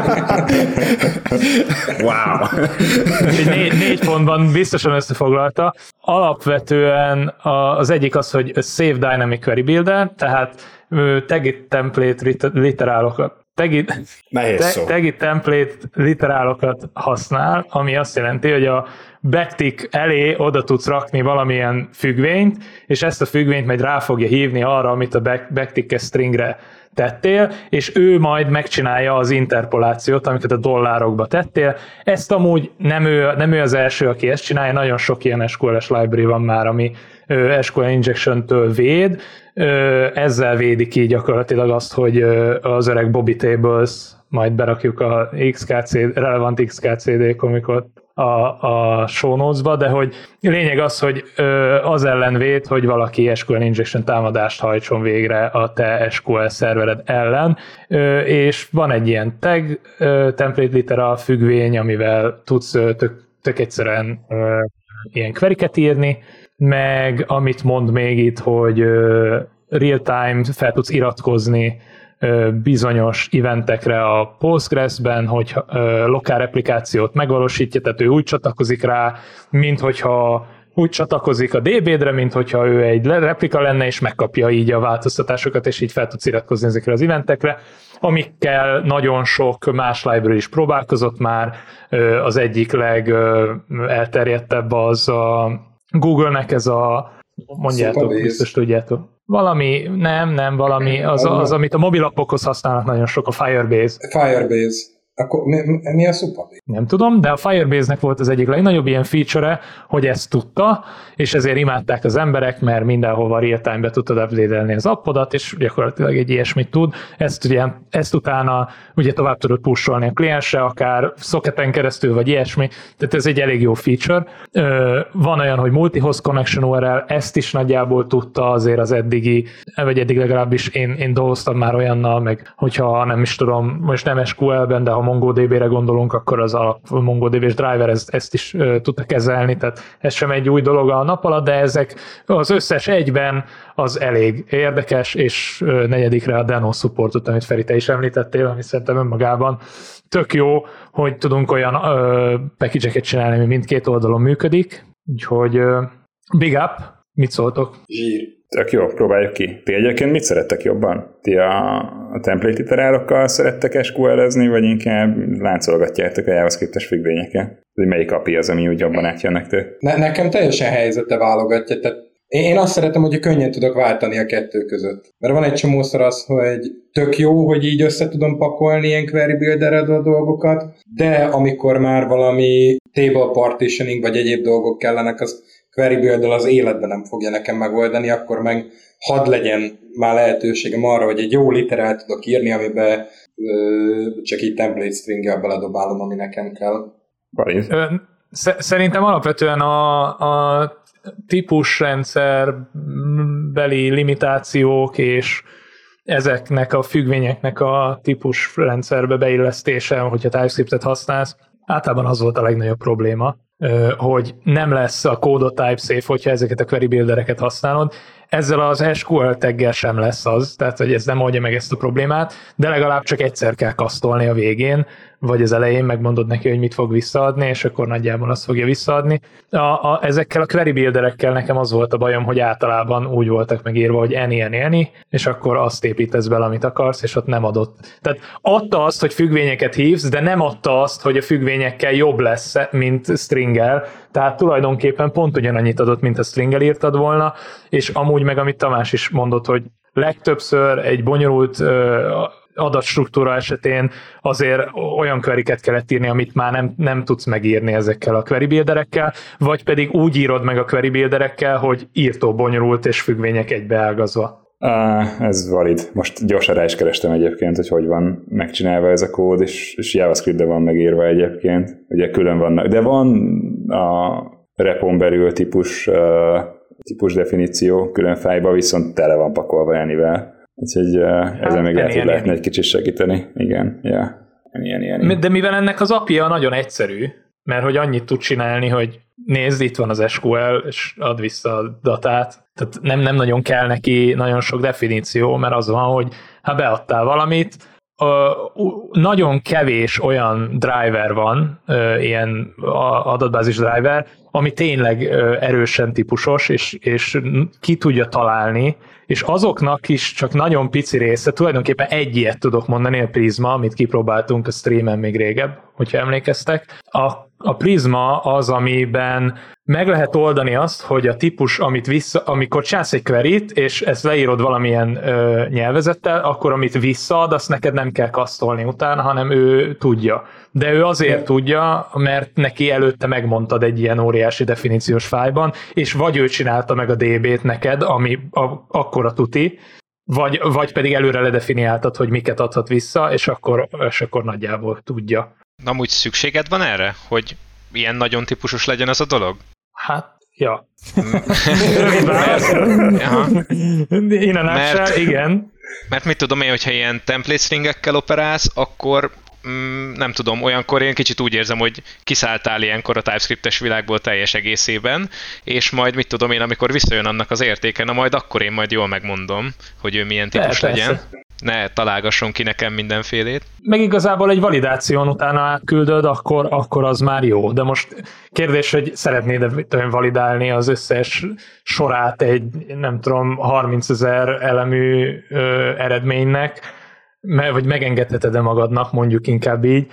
wow! négy, négy pontban biztosan összefoglalta. Alapvetően az egyik az, hogy Save Dynamic Query Builder, tehát tag template literálokat Tagit, te, tagit template literálokat használ, ami azt jelenti, hogy a backtick elé oda tudsz rakni valamilyen függvényt, és ezt a függvényt majd rá fogja hívni arra, amit a back, backtick stringre tettél, és ő majd megcsinálja az interpolációt, amiket a dollárokba tettél. Ezt amúgy nem ő, nem ő az első, aki ezt csinálja, nagyon sok ilyen es kú el-es library van már, ami es kú el Injection-től véd, ezzel védi ki gyakorlatilag azt, hogy az öreg Bobby Tables, majd berakjuk a iksz ká cé, relevant iksz ká cé dé-komikot a, a show notes-ba, de hogy lényeg az, hogy az ellen véd, hogy valaki es kú el Injection támadást hajtson végre a te es kú el szervered ellen, és van egy ilyen tag template litera függvény, amivel tudsz tök, tök egyszerűen ilyen queryket írni, meg amit mond még itt, hogy real-time fel tudsz iratkozni bizonyos eventekre a Postgres-ben, hogy lokál replikációt megvalósítja, tehát ő úgy csatlakozik rá, mint hogyha úgy csatlakozik a dé bé-re, mint hogyha ő egy replika lenne, és megkapja így a változtatásokat, és így fel tudsz iratkozni ezekre az eventekre, amikkel nagyon sok más library is próbálkozott már. Az egyik legelterjedtebb az a Google-nek ez a, mondjátok, biztos tudjátok. Valami, nem, nem, valami, az, az, amit a mobilapokhoz használnak nagyon sok, a Firebase. Firebase. Akkor mi, mi a Supabase? Nem tudom, de a Firebase-nek volt az egyik legnagyobb ilyen feature-e, hogy ezt tudta, és ezért imádták az emberek, mert mindenhova real-time-be tudtad update-elni az appodat, és gyakorlatilag egy ilyesmit tud. Ezt, ugye, ezt utána ugye tovább tudod pusolni a kliensre, akár socketen keresztül, vagy ilyesmi, tehát ez egy elég jó feature. Van olyan, hogy multi-host connection u er el, ezt is nagyjából tudta azért az eddigi, vagy eddig legalábbis én, én dolgoztam már olyannal, meg hogyha nem is tudom, most nem es kú el-ben, de ha MongoDB-re gondolunk, akkor az a MongoDB-s driver ezt, ezt is uh, tudta kezelni, tehát ez sem egy új dolog a nap alatt, de ezek az összes egyben az elég érdekes, és uh, negyedikre a Deno supportot, amit Feri, te is említettél, ami szerintem önmagában tök jó, hogy tudunk olyan uh, package-eket csinálni, ami mindkét oldalon működik, úgyhogy uh, big up, mit szóltok? Zsír. Tök jó, próbáljuk ki. Ti egyébként mit szerettek jobban? Ti a, a template iterárokkal szerettek es kú el-ezni, vagy inkább láncolgatjátok a JavaScript-es függvényeket? Melyik á pé i az, ami úgy jobban átjön nektek? Ne, nekem teljesen helyzete válogatja. Tehát én azt szeretem, hogy könnyen tudok váltani a kettő között. Mert van egy csomószor az, hogy tök jó, hogy így össze tudom pakolni ilyen query builder-edve a dolgokat, de amikor már valami table partitioning vagy egyéb dolgok kellenek, az query builder az életben nem fogja nekem megoldani, akkor meg hadd legyen már lehetőségem arra, hogy egy jó literát tudok írni, amiben ö, csak így template stringgel beledobálom, ami nekem kell. Ö, szerintem alapvetően a, a típusrendszerbeli limitációk és ezeknek a függvényeknek a típusrendszerbe beillesztése, hogyha TypeScriptet használsz, általában az volt a legnagyobb probléma, hogy nem lesz a kódot type-safe, hogyha ezeket a query buildereket használod. Ezzel az es kú el taggel sem lesz az, tehát hogy ez nem oldja meg ezt a problémát, de legalább csak egyszer kell kasztolni a végén, vagy az elején megmondod neki, hogy mit fog visszaadni, és akkor nagyjából azt fogja visszaadni. A, a, ezekkel a query builderekkel nekem az volt a bajom, hogy általában úgy voltak megírva, hogy any, any, any, és akkor azt építesz bele, amit akarsz, és ott nem adott. Tehát adta azt, hogy függvényeket hívsz, de nem adta azt, hogy a függvényekkel jobb lesz, mint stringgel. Tehát tulajdonképpen pont ugyanannyit adott, mint a stringgel írtad volna, és amúgy meg, amit Tamás is mondott, hogy legtöbbször egy bonyolult adatstruktúra esetén azért olyan queryket kellett írni, amit már nem, nem tudsz megírni ezekkel a query builderekkel, vagy pedig úgy írod meg a query builderekkel, hogy írtó bonyolult és függvények egybeágazva. Uh, ez valid. Most gyorsan rá is kerestem egyébként, hogy hogy van megcsinálva ez a kód, és, és JavaScript-de van megírva egyébként. Ugye külön vannak. De van a repon belül típus, uh, típus definíció külön fájba, viszont tele van pakolva ennyivel. Úgyhogy uh, hát, ezzel még lehet, hogy lehetne egy kicsit segíteni. Igen, yeah. Ennyi, ennyi, ennyi. De mivel ennek az á pé i-a nagyon egyszerű, mert hogy annyit tud csinálni, hogy nézd, itt van az es kú el, és add vissza a datát. Tehát nem, nem nagyon kell neki nagyon sok definíció, mert az van, hogy ha beadtál valamit, uh, nagyon kevés olyan driver van, uh, ilyen adatbázis driver, ami tényleg uh, erősen típusos, és, és ki tudja találni, és azoknak is csak nagyon pici része, tulajdonképpen egy ilyet tudok mondani, a Prisma, amit kipróbáltunk a streamen még régebb, hogyha emlékeztek. A, a Prisma az, amiben meg lehet oldani azt, hogy a típus, amit vissza, amikor csinálsz egy queryt, és ezt leírod valamilyen ö, nyelvezettel, akkor amit visszaad, azt neked nem kell kasztolni utána, hanem ő tudja. De ő azért tudja, mert neki előtte megmondtad egy ilyen óriási definíciós fájlban, és vagy ő csinálta meg a dé bé-t neked, ami a, akkora tuti, vagy, vagy pedig előre ledefiniáltad, hogy miket adhat vissza, és akkor, és akkor nagyjából tudja. Na, amúgy szükséged van erre, hogy ilyen nagyon típusos legyen az a dolog? Hát, ja. Rövid válasz. Én a nutshell, igen. Mert mit tudom én, hogyha ilyen template stringekkel operálsz, akkor mm, nem tudom, olyankor én kicsit úgy érzem, hogy kiszálltál ilyenkor a TypeScript-es világból teljes egészében, és majd mit tudom én, amikor visszajön annak az értéke, na majd akkor én majd jól megmondom, hogy ő milyen típus persze, legyen. Persze. Ne találgasson ki nekem mindenfélét. Meg igazából egy validáción utána átküldöd, akkor, akkor az már jó. De most kérdés, hogy szeretnéd validálni az összes sorát egy, nem tudom, harmincezer elemű ö, eredménynek, vagy megengedheted-e magadnak, mondjuk inkább így,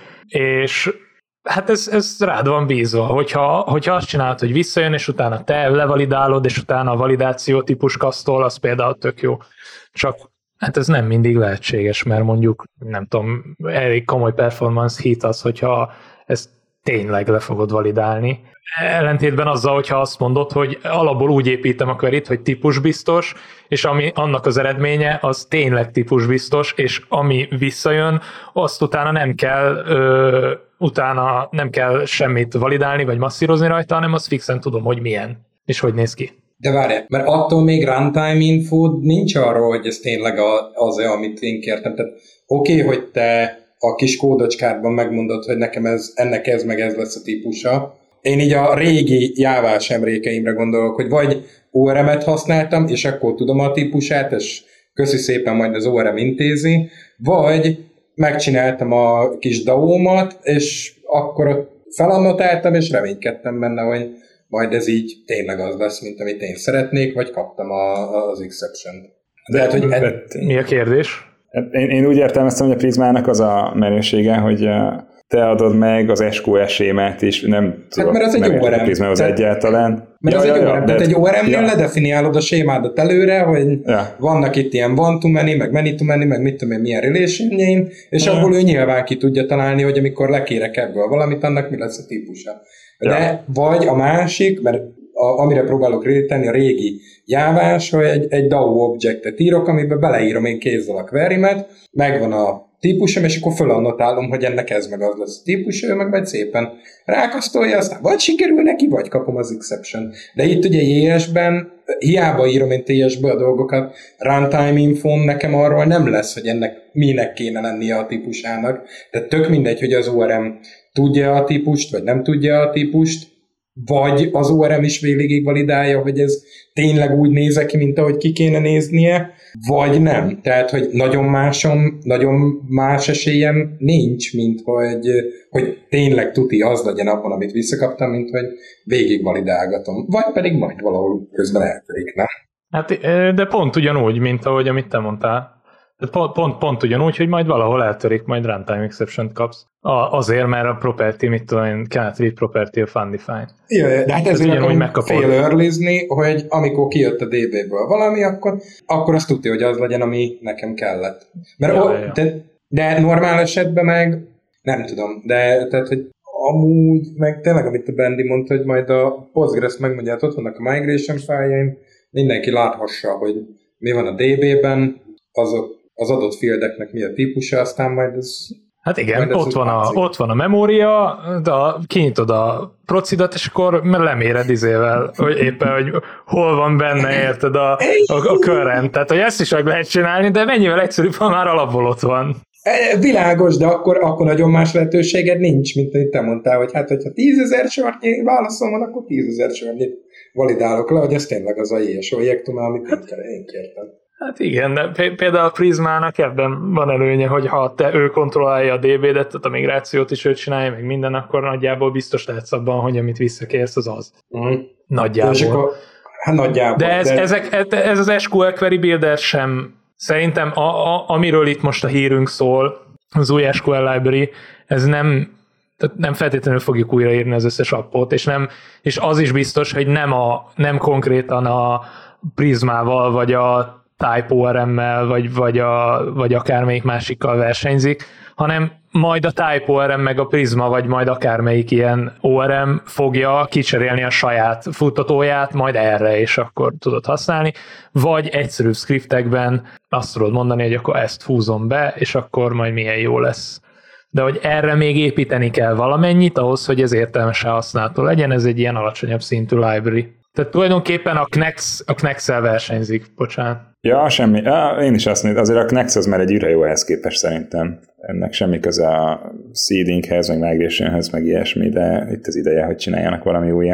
és hát ez, ez rád van bízva, hogyha, hogyha azt csinálod, hogy visszajön, és utána te levalidálod, és utána a validáció típus kasztol, az például tök jó. Csak hát ez nem mindig lehetséges, mert mondjuk, nem tudom, elég komoly performance hit az, hogyha ezt tényleg le fogod validálni. Ellentétben azzal, hogyha azt mondod, hogy alapból úgy építem a queryt, hogy típusbiztos, és ami annak az eredménye, az tényleg típusbiztos, és ami visszajön, azt utána nem kell ö, utána nem kell semmit validálni, vagy masszírozni rajta, hanem azt fixen tudom, hogy milyen, és hogy néz ki. De várj, mert attól még runtime info nincs arról, hogy ez tényleg az-e, amit én kértem. Tehát oké, okay, hogy te a kis kódocskádban megmondod, hogy nekem ez, ennek ez meg ez lesz a típusa. Én így a régi jávás emlékeimre gondolok, hogy vagy o er em-et használtam, és akkor tudom a típusát, és köszi szépen, majd az o er em intézi, vagy megcsináltam a kis dé á ó-mat, és akkor ott felannotáltam, és reménykedtem benne, hogy majd ez így tényleg az lesz, mint amit én szeretnék, vagy kaptam a, az exception-t. De hát, hogy ed... Mi a kérdés? Én, én úgy értelmeztem, hogy a Prizmának az a menősége, hogy te adod meg az es kú es-émet is, nem tudok, hát, mert az egy o er em. A Prizmához tehát, egyáltalán. Mert ja, az ja, egy ja, o er em, tehát egy o er em-nél ja. ledefiniálod a sémádat előre, hogy ja. vannak itt ilyen one to many, meg many to many, meg mit tudom én, milyen relation-jeim, és ja. abból ő nyilván ki tudja találni, hogy amikor lekérek ebből valamit, annak mi lesz a típusa. De ja. vagy a másik, mert a, amire próbálok tenni, a régi jávás, hogy egy, egy dé á ó objectet írok, amiben beleírom én kézzel a querymet, megvan a típusom, és akkor fölannotálom, hogy ennek ez meg az lesz a típus, ő meg majd szépen rákasztolja, aztán vagy sikerül neki, vagy kapom az exception. De itt ugye jé es-ben, hiába írom én té es-be a dolgokat, runtime infón nekem arról nem lesz, hogy ennek minek kéne lennie a típusának. Tehát tök mindegy, hogy az o er em tudja a típust, vagy nem tudja a típust, vagy az o er em is végig validálja, hogy ez tényleg úgy néz ki, mint ahogy ki kéne néznie, vagy nem. Tehát, hogy nagyon másom, nagyon más esélyem nincs, mint hogy, hogy tényleg tuti az legyen abban, amit visszakaptam, mint hogy végig validálgatom. Vagy pedig majd valahol közben eltörik, nem? Hát, de pont ugyanúgy, mint ahogy amit te mondtál. Pont, pont, pont ugyanúgy, hogy majd valahol eltörik, majd runtime exception-t kapsz. A, azért, mert a property, mit tudom én, cannot read property of undefined. Ja, de hát ezért ugyanúgy megkapod. Fél earlizni, hogy amikor kijött a dé bé-ből valami, akkor, akkor azt tudja, hogy az legyen, ami nekem kellett. Mert ja, o, ja. De, de normál esetben meg nem tudom, de tehát, hogy amúgy, meg tényleg, amit a Bendi mondta, hogy majd a Postgres megmondja, ott vannak a migration file-jaim, mindenki láthassa, hogy mi van a dé bé-ben, azok az adott fieldeknek mi a típusa, aztán majd ez... Hát igen, ott van, a, ott van a memória, de kinyitod a procidat, és akkor leméred izével, hogy éppen, hogy hol van benne, érted, a, a, a current. Tehát, hogy ezt is meg lehet csinálni, de mennyivel egyszerűbb, ha már alapból ott van. Világos, de akkor, akkor nagyon más lehetőséged nincs, mint amit te mondtál, hogy hát, hogyha tízezer sornyi válaszom van, akkor tízezer sornyit validálok le, hogy ez tényleg az a jé es projektum, amit hát, én kértem. Hát igen, de például a Prizmának ebben van előnye, hogy ha te ő kontrollálja a dé bé-det, tehát a migrációt is ő csinálja, meg minden, akkor nagyjából biztos lehetsz abban, hogy amit visszakérsz, az az. Mm. Nagyjából. Akkor, hát nagyjából. De, ez, de... Ezek, ez az es kú el Query Builder sem, szerintem a, a, amiről itt most a hírünk szól, az új es kú el library, ez nem, tehát nem feltétlenül fogjuk újraírni az összes appot, és, nem, és az is biztos, hogy nem, a, nem konkrétan a Prizmával, vagy a Type o er em-mel, vagy, vagy, a, vagy akármelyik másikkal versenyzik, hanem majd a Type o er em meg a Prisma, vagy majd akármelyik ilyen o er em fogja kicserélni a saját futtatóját, majd erre, és akkor tudod használni, vagy egyszerű scriptekben azt tudod mondani, hogy akkor ezt húzom be, és akkor majd milyen jó lesz. De hogy erre még építeni kell valamennyit, ahhoz, hogy ez értelmesen használható legyen, ez egy ilyen alacsonyabb szintű library. Tehát tulajdonképpen a Knex, a Knex-el versenyzik, bocsánat. Ja, semmi. Ja, én is azt mondom, azért a Knex az már egy űre jó ehhez képest szerintem. Ennek semmi köze a seedinghez, meg migrationhez, meg ilyesmi, de itt az ideje, hogy csináljanak valami újjá.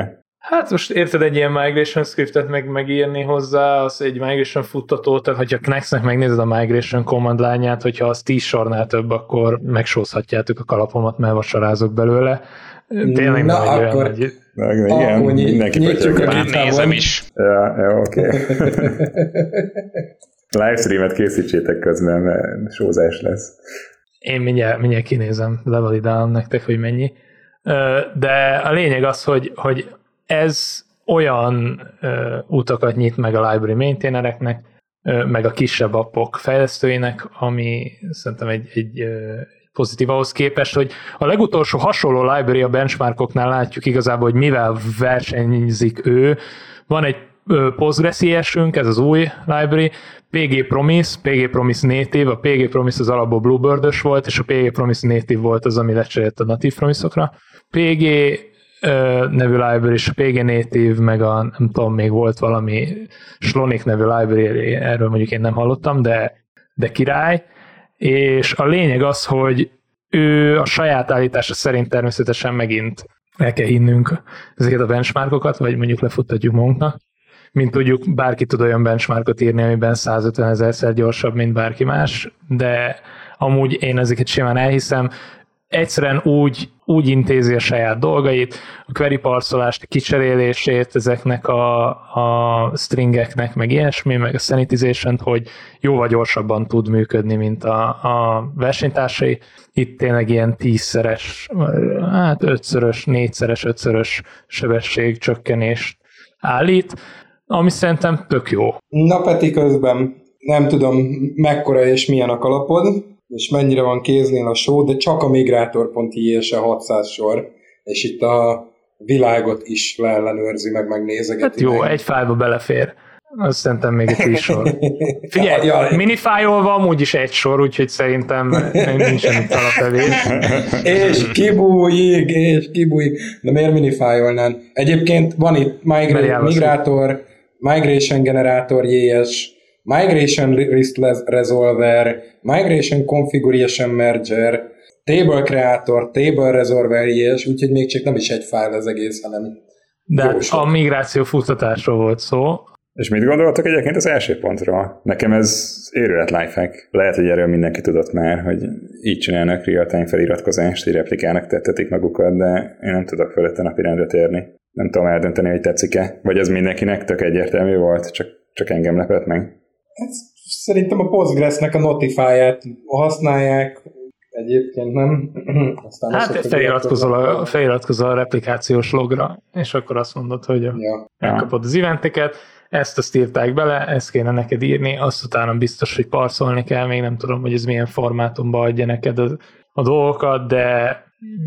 Hát most érted egy ilyen migration scriptet meg megírni hozzá, az egy migration futtató, tehát hogyha Knexnek megnézed a migration command lányát, hogyha az tíz sornál több, akkor megsózhatjátok a kalapomat, mert vasarázok belőle. Tényleg na, nem akkor, egy olyan, Na, igen, akkor mindenki nyitjuk a Már githubon. nézem is. Ja, ja, oké. Okay. Livestreamet készítsétek közben, mert sózás lesz. Én mindjárt, mindjárt kinézem, levalidálom nektek, hogy mennyi. De a lényeg az, hogy, hogy ez olyan utakat nyit meg a library maintainereknek, meg a kisebb appok fejlesztőinek, ami szerintem egy, egy pozitív ahhoz képest, hogy a legutolsó hasonló library a benchmarkoknál látjuk igazából, hogy mivel versenyzik ő. Van egy PostgreSQL-sünk, ez az új library, pgpromise, pgpromise native, a pgpromise az alapból Bluebird-ös volt, és a pgpromise native volt az, ami lecserélt a native promise-okra. pg nevű library, és a pg native, meg a nem tudom, még volt valami Slonik nevű library, erről mondjuk én nem hallottam, de, de király. És a lényeg az, hogy ő a saját állítása szerint természetesen megint el kell hinnünk ezeket a benchmarkokat, vagy mondjuk lefuttatjuk magunknak. Mint tudjuk, bárki tud olyan benchmarkot írni, amiben százötven ezerszer gyorsabb, mint bárki más, de amúgy én ezeket simán elhiszem. Egyszerűen úgy, úgy intézi a saját dolgait, a query parsolást, a kicserélését ezeknek a, a stringeknek, meg ilyesmi, meg a sanitization-t, hogy jóval gyorsabban tud működni, mint a, a versenytársai. Itt tényleg ilyen tízszeres, hát ötszörös, négyszeres, ötszörös sebesség csökkenést állít, ami szerintem tök jó. Na Peti, közben nem tudom mekkora és milyen a kalapod, és mennyire van kéznél a show, de csak a migrator.js-e hatszáz sor, és itt a világot is leellenőrzi, meg megnézegeti. Hát jó, meg. egy fájlba belefér. Azt szerintem még egy tíz sor. Figyelj, ja, ja. minifájolva amúgy is egy sor, úgyhogy szerintem nincsen itt alapevés. És kibújik, és kibújik. De miért minifájolnán? Egyébként van itt migra- migrator, migration generator jé es, migration risk resolver, migration configuration merger, table creator, table resolver jé es, úgyhogy még csak nem is egy fájl az egész, hanem de hát a migráció futtatásról volt szó. És mit gondoltok egyébként az első pontról? Nekem ez őrület lifehack. Lehet, hogy erről mindenki tudott már, hogy így csinálnak real-time feliratkozást, így replikálnak, tettetik magukat, de én nem tudok fölötte napirendre térni. Nem tudom eldönteni, hogy tetszik-e. Vagy ez mindenkinek tök egyértelmű volt, csak, csak engem lepett meg. Ez szerintem a Postgresnek a notify-ját használják, egyébként nem. Aztán hát feliratkozol a, feliratkozol a replikációs logra, és akkor azt mondod, hogy ja. megkapod az eventeket, ezt azt írták bele, ezt kéne neked írni, azt utána biztos, hogy parszolni kell, még nem tudom, hogy ez milyen formátumban adja neked a, a dolgokat, de,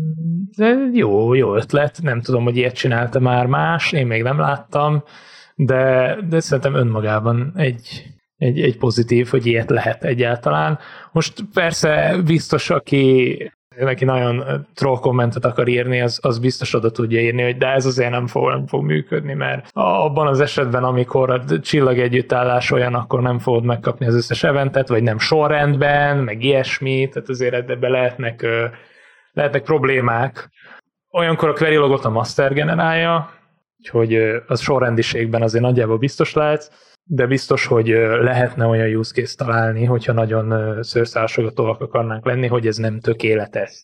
de jó, jó ötlet, nem tudom, hogy ilyet csinálta már más, én még nem láttam, de, de szerintem önmagában egy, egy, egy pozitív, hogy ilyet lehet egyáltalán. Most persze biztos, aki neki nagyon troll kommentet akar írni, az, az biztos oda tudja írni, hogy de ez azért nem fog, nem fog működni, mert abban az esetben, amikor a csillag együttállás olyan, akkor nem fogod megkapni az összes eventet, vagy nem sorrendben, meg ilyesmi, tehát azért ebbe lehetnek, lehetnek problémák. Olyankor a query logot a master generálja, úgyhogy az sorrendiségben azért nagyjából biztos lehet, de biztos, hogy lehetne olyan use case találni, hogyha nagyon szőrszálsogatóak akarnánk lenni, hogy ez nem tökéletes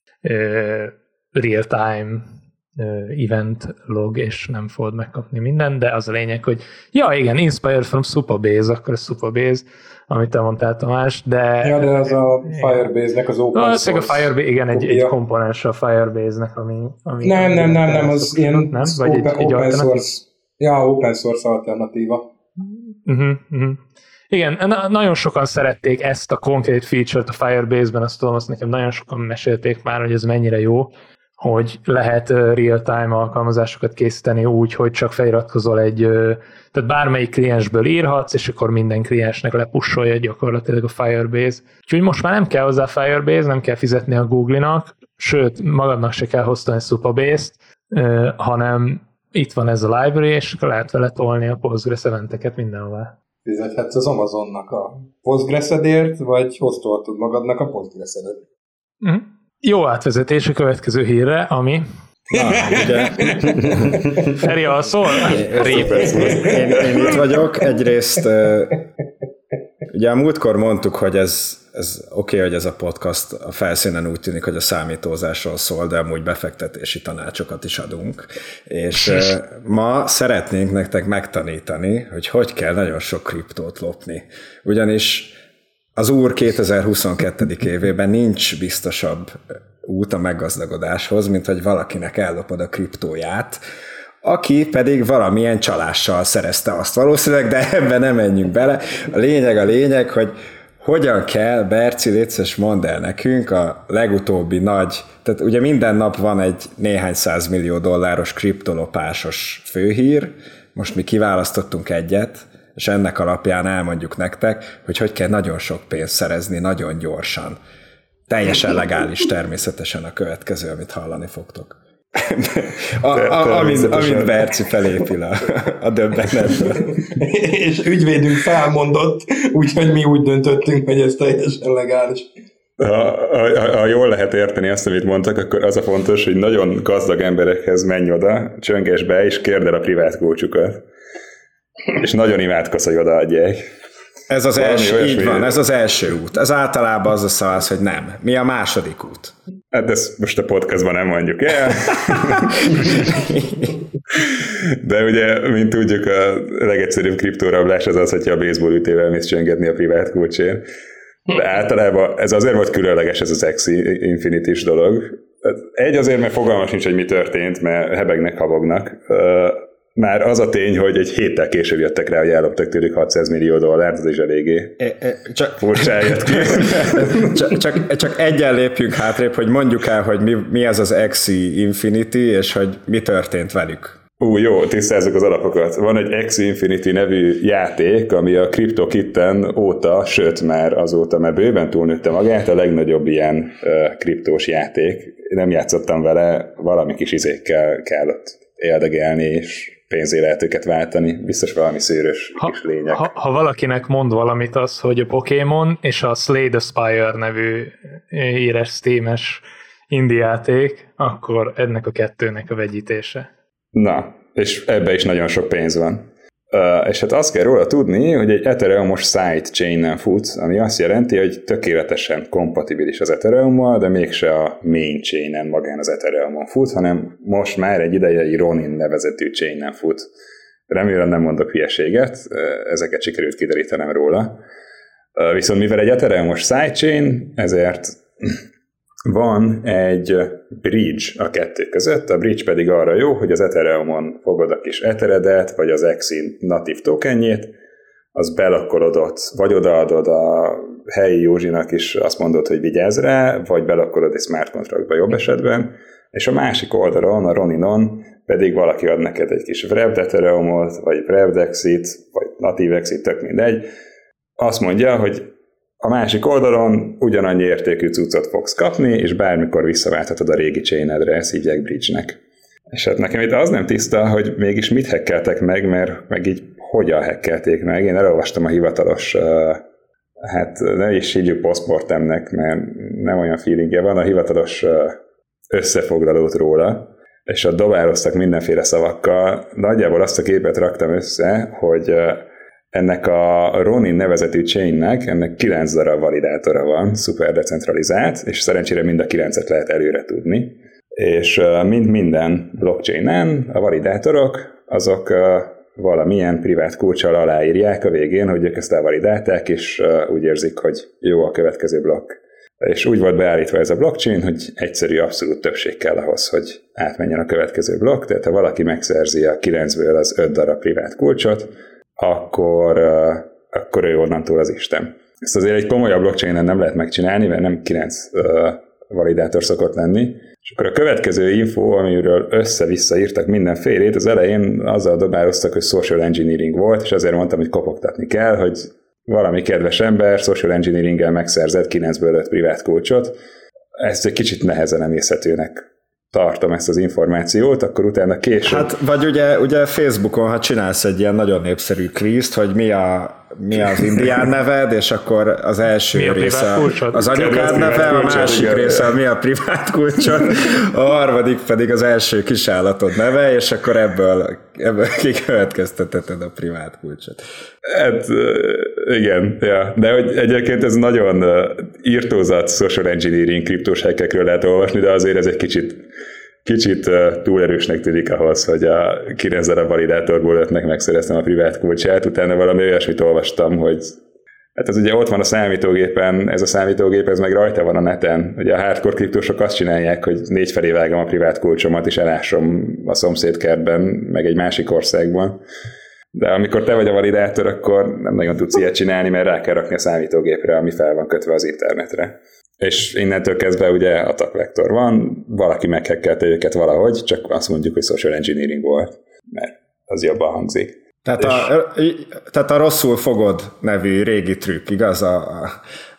real-time event log, és nem fogod megkapni mindent, de az a lényeg, hogy ja igen, inspired from Supabase, akkor a Supabase, amit te mondtál, Tamás, de... Ja, de az a Firebase-nek az open az source. A Firebase, igen, egy, egy komponens a Firebase-nek, ami... ami nem, nem, nem, nem, az ilyen nem? Vagy open, egy, egy open source. Ja, open source alternatíva. Uh-huh, uh-huh. Igen, na- nagyon sokan szerették ezt a konkrét feature-t a Firebase-ben, azt tudom, azt nekem nagyon sokan mesélték már, hogy ez mennyire jó, hogy lehet real-time alkalmazásokat készíteni úgy, hogy csak feliratkozol egy, tehát bármelyik kliensből írhatsz, és akkor minden kliensnek lepussolja gyakorlatilag a Firebase. Úgyhogy most már nem kell hozzá Firebase, nem kell fizetni a Google-nak, sőt, magadnak se kell hoztani Supabase-t, hanem itt van ez a library, és akkor lehet vele tolni a Postgres eventeket mindenhová. Fizethetsz az Amazonnak a Postgres-edért, vagy hoztoltad magadnak a Postgres-edet. Uh-huh. Jó átvezetés a következő hírre, ami... Na, ugye... Feri alszol? Én, én, én itt vagyok. Egyrészt ugye a múltkor mondtuk, hogy ez, ez oké, okay, hogy ez a podcast a felszínen úgy tűnik, hogy a számítózásról szól, de amúgy befektetési tanácsokat is adunk. És ma szeretnénk nektek megtanítani, hogy hogy kell nagyon sok kriptót lopni. Ugyanis az úr kétezer-huszonkettő évében nincs biztosabb út a meggazdagodáshoz, mint hogy valakinek ellopod a kriptóját, aki pedig valamilyen csalással szerezte azt valószínűleg, de ebben nem menjünk bele. A lényeg a lényeg, hogy hogyan kell, Berci, létszes, mondd el nekünk a legutóbbi nagy, tehát ugye minden nap van egy néhány százmillió dolláros kriptolopásos főhír, most mi kiválasztottunk egyet, és ennek alapján elmondjuk nektek, hogy hogy kell nagyon sok pénzt szerezni nagyon gyorsan. Teljesen legális természetesen a következő, amit hallani fogtok. A, a, amint, amint Berci felépül a, a döbbenetből. És ügyvédünk felmondott, úgyhogy mi úgy döntöttünk, hogy ez teljesen legális. Ha, ha, ha jól lehet érteni azt, amit mondtak, akkor az a fontos, hogy nagyon gazdag emberekhez menj oda, csönges be, és kérd el a privát kulcsukat. És nagyon imádkozz, hogy odaadják. Ez az első, így van, ez az első út. Ez általában az a szavaz, hogy nem. Mi a második út? Hát ezt most a podcastban nem mondjuk el. De ugye, mint tudjuk, a legegyszerűbb kriptórablás az az, hogyha a baseball ütével mész csöngetni a privát kulcsért. De általában ez azért volt különleges, ez az Axie Infinity-s dolog. Egy azért, mert fogalmas nincs, hogy mi történt, mert hebegnek, habognak. Már az a tény, hogy egy héttel később jöttek rá, hogy elloptak tőlük hatszáz millió dollárt, az is eléggé csak, furcsán jött ki. csak, csak, csak egyen lépjünk hátrébb, hogy mondjuk el, hogy mi, mi az az Axie Infinity, és hogy mi történt velük. Ú, jó, tisztázzuk az alapokat. Van egy Axie Infinity nevű játék, ami a CryptoKitten óta, sőt már azóta, mert bőven túlnőtte magát, a legnagyobb ilyen uh, kriptós játék. Nem játszottam vele, valami kis izékkel kell ott érdegelni, és pénzé lehet őket váltani, biztos valami szőrös ha, kis lények. Ha, ha valakinek mond valamit az, hogy a Pokémon és a Slay the Spire nevű híres Steam-es indie játék, akkor ennek a kettőnek a vegyítése. Na, és ebbe is nagyon sok pénz van. Uh, és hát azt kell róla tudni, hogy egy Ethereum-os sidechain-en fut, ami azt jelenti, hogy tökéletesen kompatibilis az Ethereum-mal, de mégse a main chain-en magán az Ethereum-on fut, hanem most már egy ideje egy Ronin nevezetű chain-en fut. Remélem nem mondok hülyeséget, ezeket sikerült kiderítenem róla. Uh, viszont mivel egy Ethereum-os sidechain, ezért van egy bridge a kettő között, a bridge pedig arra jó, hogy az Ethereumon fogod a kis Etheredet, vagy az Axie natív tokenjét, az belakkolodott, vagy odaadod a helyi Józsinak is, azt mondod, hogy vigyázz rá, vagy belakkolod egy smart contractba jobb esetben, és a másik oldalon, a Roninon pedig valaki ad neked egy kis wrapped Ethereumot, vagy wrapped Axie-t, vagy natív Axie-t, tök mindegy. Azt mondja, hogy a másik oldalon ugyanannyi értékű cuccot fogsz kapni, és bármikor visszaválthatod a régi chainedre, ezt hívják bridge-nek. És hát nekem itt az nem tiszta, hogy mégis mit hackeltek meg, mert meg így hogyan hackelték meg. Én elolvastam a hivatalos, uh, hát ne is hívjuk postmortemnek, mert nem olyan feelingje van, a hivatalos uh, összefoglalót róla, és ott dobáloztak mindenféle szavakkal. Nagyjából azt a képet raktam össze, hogy uh, ennek a Ronin nevezetű chainnek, ennek kilenc darab validátora van, szuper decentralizált, és szerencsére mind a kilencet lehet előre tudni. És mind minden blockchainen a validátorok, azok valamilyen privát kulccsal aláírják a végén, hogy ők ezt elvalidálták, és úgy érzik, hogy jó a következő blokk. És úgy volt beállítva ez a blockchain, hogy egyszerű abszolút többség kell ahhoz, hogy átmenjen a következő blokk, tehát ha valaki megszerzi a kilencből az öt darab privát kulcsot, akkor, uh, akkor ő onnantól az Isten. Ezt azért egy komolyabb blockchainen nem lehet megcsinálni, mert nem kilenc uh, validátor szokott lenni. És akkor a következő info, amiről össze-vissza írtak mindenfélét, az elején azzal dobáloztak, hogy social engineering volt, és azért mondtam, hogy kopogtatni kell, hogy valami kedves ember social engineeringgel megszerzett kilencből öt privát kulcsot. Ezt egy kicsit nehezen emészhetőnek tartom ezt az információt, akkor utána később... Hát, vagy ugye, ugye Facebookon, ha csinálsz egy ilyen nagyon népszerű kvízt, hogy mi a mi az indián neved, és akkor az első része az anyukád neve, a másik igen. része mi a privát kulcsod, a harmadik pedig az első kisállatod neve, és akkor ebből, ebből kikövetkezteted a privát kulcsot. Hát igen, ja. De hogy egyébként ez nagyon írtózat social engineering kriptós hackekről lehet olvasni, de azért ez egy kicsit Kicsit uh, túl erősnek tűnik ahhoz, hogy a kilenc darab validátorból ötnek megszereztem a privát kulcsát, utána valami olyasmit olvastam, hogy hát ez ugye ott van a számítógépen, ez a számítógép, ez meg rajta van a neten. Ugye a hardcore kriptósok azt csinálják, hogy négy felé vágom a privát kulcsomat, és elásom a szomszédkertben, meg egy másik országban. De amikor te vagy a validátor, akkor nem nagyon tudsz ilyet csinálni, mert rá kell rakni a számítógépre, ami fel van kötve az internetre. És innentől kezdve ugye attack-vektor van, valaki meghekkelte őket valahogy, csak azt mondjuk, hogy social engineering volt, mert az jobban hangzik. Tehát, és... a, tehát a rosszul fogod nevű régi trükk, igaz? A, a,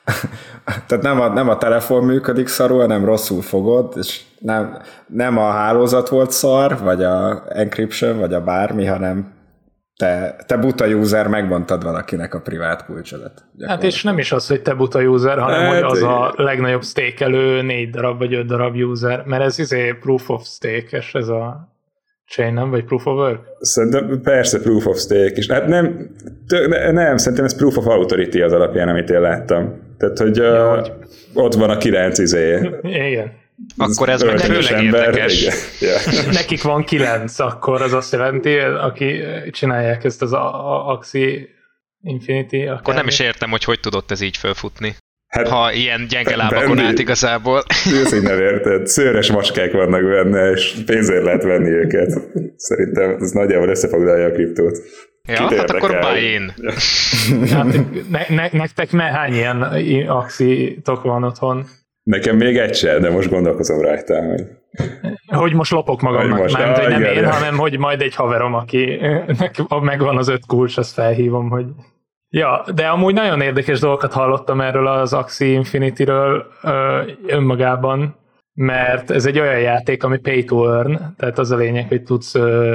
tehát nem a, nem a telefon működik szarul, hanem rosszul fogod, és nem, nem a hálózat volt szar, vagy a encryption, vagy a bármi, hanem Te, te buta user megmondtad valakinek a privát kulcsodat. Hát és nem is az, hogy te buta user, hanem hát, hogy az igen. a legnagyobb stakelő négy darab vagy öt darab user, mert ez izé proof of stake-es ez a chain, nem? Vagy proof of work? Szerintem persze proof of stake is. Hát nem, tő, nem, szerintem ez proof of authority az alapján, amit én láttam. Tehát, hogy, ja, uh, hogy... ott van a kilenc izé. Igen. Akkor ez meg főleg ember, érdekes. Yeah. Nekik van kilenc, akkor az azt jelenti, aki csinálják ezt az Axie Infinity. Akkor nem is értem, hogy hogy tudott ez így felfutni. Hát, ha ilyen gyenge lábakon benni, állt igazából. Ez így nem érted. Szőrös macskák vannak benne, és pénzért lehet venni őket. Szerintem ez nagyjából összefoglalja a kriptót. Ja, Kit hát akkor buy in. Hát, ne, ne, nektek hány ilyen Axie-tok van otthon? Nekem még egy sem, de most gondolkozom rajta. Hogy, hogy most lopok magamnak, most, nem, ah, nem igen, én, igen. hanem hogy majd egy haverom, aki megvan az öt kulcs, azt felhívom, hogy... Ja, de amúgy nagyon érdekes dolgokat hallottam erről az Axie Infinity-ről önmagában, mert ez egy olyan játék, ami pay to earn, tehát az a lényeg, hogy tudsz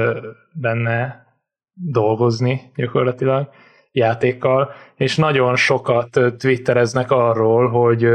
benne dolgozni gyakorlatilag játékkal, és nagyon sokat twittereznek arról, hogy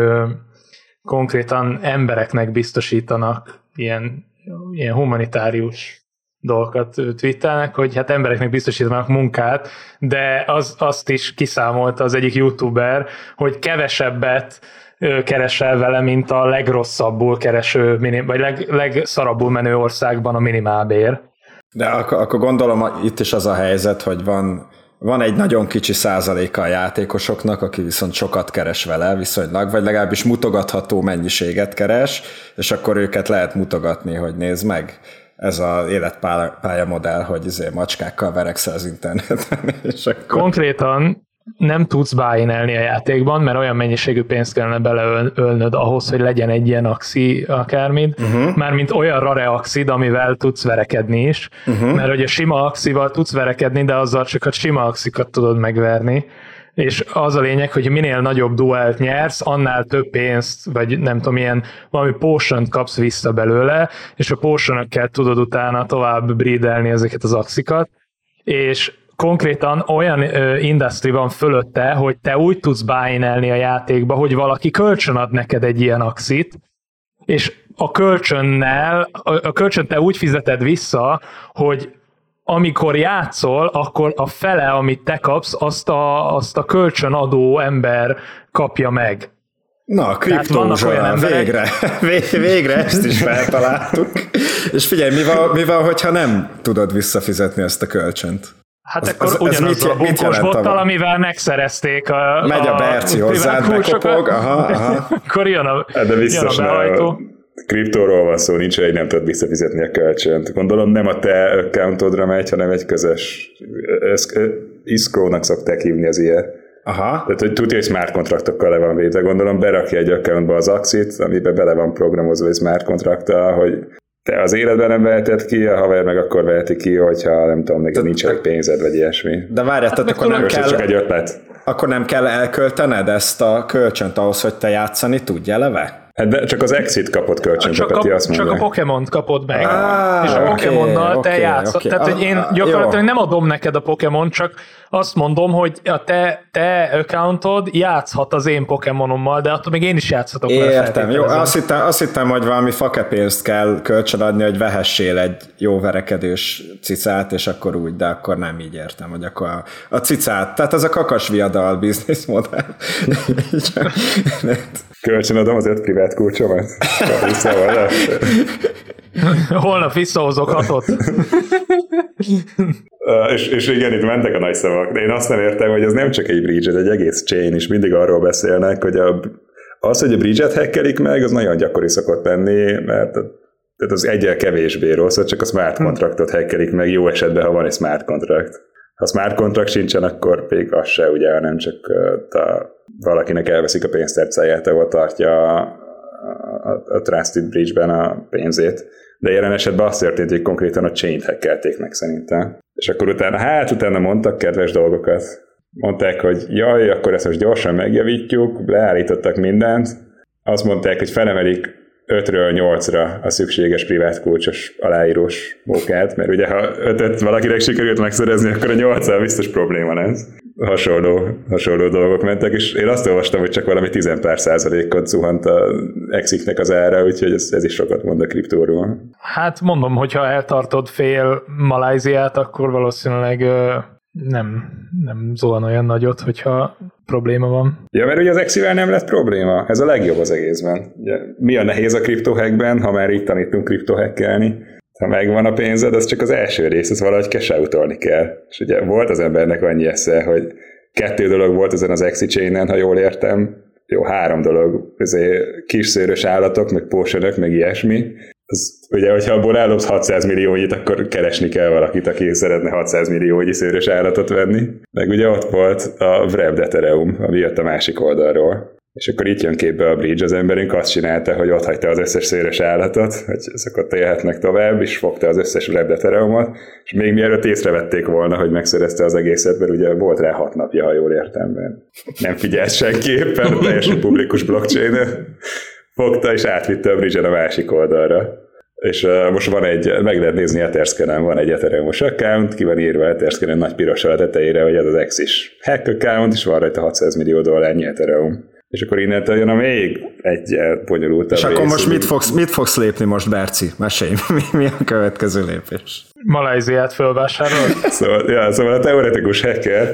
konkrétan embereknek biztosítanak ilyen, ilyen humanitárius dolgokat twittelnek, hogy hát embereknek biztosítanak munkát, de az, azt is kiszámolta az egyik youtuber, hogy kevesebbet keresel vele, mint a legrosszabbul kereső, vagy leg, legszarabbul menő országban a minimálbér. De akkor, akkor gondolom, itt is az a helyzet, hogy van Van egy nagyon kicsi százaléka a játékosoknak, aki viszont sokat keres vele viszonylag, vagy legalábbis mutogatható mennyiséget keres, és akkor őket lehet mutogatni, hogy nézd meg, ez az életpálya modell, hogy izé macskákkal verekszel az interneten. És akkor... Konkrétan nem tudsz buy-in-elni a játékban, mert olyan mennyiségű pénzt kellene beleölnöd ahhoz, hogy legyen egy ilyen axi akármint, uh-huh. mármint olyan rare axid, amivel tudsz verekedni is, uh-huh. mert hogy a sima axival tudsz verekedni, de azzal csak a sima axikat tudod megverni, és az a lényeg, hogy minél nagyobb duelt nyersz, annál több pénzt, vagy nem tudom, ilyen valami potion-t kapsz vissza belőle, és a potion-ökkel tudod utána tovább breedelni ezeket az axikat, és konkrétan olyan uh, industry van fölötte, hogy te úgy tudsz buy-in-elni a játékba, hogy valaki kölcsön ad neked egy ilyen axit, és a kölcsönnel, a, a kölcsön te úgy fizeted vissza, hogy amikor játszol, akkor a fele, amit te kapsz, azt a, azt a kölcsönadó ember kapja meg. Na, kriptózsora, végre, végre ezt is feltaláltuk. És figyelj, mi van, mi van, hogyha nem tudod visszafizetni ezt a kölcsönt? Hát az, akkor az, ugyanaz a bunkós bottal, amivel megszerezték a... Megy a Berci hozzád, bekopog, aha, aha. Akkor jön a, hát de biztos jön a behajtó. Kriptóról van szó, nincs, hogy nem tudod visszafizetni a kölcsönt. Gondolom nem a te accountodra megy, hanem egy közös escrow-nak szokták hívni az ilyet. Aha. Tehát, hogy tudja, hogy smart kontraktokkal le van védve. Gondolom berakja egy accountba az axit, amiben bele van programozva egy smart kontrakta, hogy te az életben nem veheted ki, a haver meg akkor veheti ki, hogyha nem tudom, neked nincs elég pénzed, vagy ilyesmi. De várjál, tehát akkor nem kell... csak egy ötlet. Akkor nem kell elköltened ezt a kölcsönt ahhoz, hogy te játszani tudj eleve? Hát de csak az Exit kapott kölcsönből, Kati, azt mondja. Csak a Pokémont kapod meg. Ah, és a okay, Pokémonnal okay, te játszol. okay. Tehát, hogy én gyakorlatilag nem adom neked a Pokémon, csak azt mondom, hogy a te, te accountod játszhat az én Pokémonommal, de attól még én is játszhatok. Értem, jó, azt hittem, azt hittem, hogy valami fakepénzt kell kölcsönadni, hogy vehessél egy jó verekedős cicát, és akkor úgy, de akkor nem így értem, hogy akkor a, a cicát, tehát az a kakas viadal bizniszmodell. Kölcsönadom az öt privát kulcsomat. Holnap visszahozok hatot. Uh, és, és igen, itt mentek a nagy szavak, de én azt nem értem, hogy ez nem csak egy bridge, ez egy egész chain, és mindig arról beszélnek, hogy a, az, hogy a bridge-et hackelik meg, az nagyon gyakori szokott lenni, mert tehát az egyel kevésbé rossz, csak a smart contractot hackelik meg, jó esetben, ha van egy smart contract. Ha smart contract sincsen, akkor még az se, ugye, hanem csak a, valakinek elveszik a pénztárcáját, ahol tartja a, a, a Trusted Bridge-ben a pénzét. De jelen esetben azt történt, hogy konkrétan a chain-t hackelték meg szerintem. És akkor utána, hát utána mondtak kedves dolgokat. Mondták, hogy jaj, akkor ezt most gyorsan megjavítjuk, leállítottak mindent. Azt mondták, hogy felemelik ötről nyolcra a szükséges privát kulcsos aláírós mókát, mert ugye ha ötöt valakinek sikerült megszerezni, akkor a nyolccal biztos probléma lesz. Hasonló, hasonló dolgok mentek, és én azt olvastam, hogy csak valami tizen pár százalékot zuhant a Exitnek az ára, úgyhogy ez, ez is sokat mond a kriptóról. Hát mondom, hogyha eltartod fél Malajziát, akkor valószínűleg nem, nem zuhan olyan nagyot, hogyha probléma van. Ja, mert ugye az Exivel nem lett probléma. Ez a legjobb az egészben. Ugye, mi a nehéz a kriptohackben, ha már itt tanítunk kriptohackelni? Ha megvan a pénzed, az csak az első rész, az valahogy cash-outolni kell. És ugye volt az embernek annyi esze, hogy kettő dolog volt ezen az Exit chainen, ha jól értem. Jó, három dolog. Ezért kisszőrös állatok, meg potionök, meg ilyesmi. Az, ugye, hogyha abból ellopsz hatszáz milliónyit, akkor keresni kell valakit, aki szeretne hatszáz milliónyi szőrös állatot venni. Meg ugye ott volt a Wrapped Ethereum, ami jött a másik oldalról. És akkor itt jön képbe a bridge, az emberünk azt csinálta, hogy ott hagyta az összes szőrös állatot, hogy ezek ott élhetnek tovább, és fogta az összes Wrapped Ethereumot, és még mielőtt észrevették volna, hogy megszerezte az egészet, mert ugye volt rá hat napja, ha jól értem, mert nem figyelt senki éppen, a teljesen publikus blockchain fogta, és átvitte a bridge-en a másik oldalra. És uh, most van egy, meg lehet nézni Etherscan-en, van egy Ethereum-os account, ki van írva Etherscan-en nagy pirossal a tetejére, hogy ez az Exis hack account, és van rajta hatszáz millió dollárnyi Ethereum. És akkor innentől jön a még egy bonyolultabb És rész. akkor most mit fogsz, mit fogsz lépni most, Berci? Mesélj, mi, mi a következő lépés? Malajziát fölvásárol? Szóval, ja, szóval a teoretikus hacker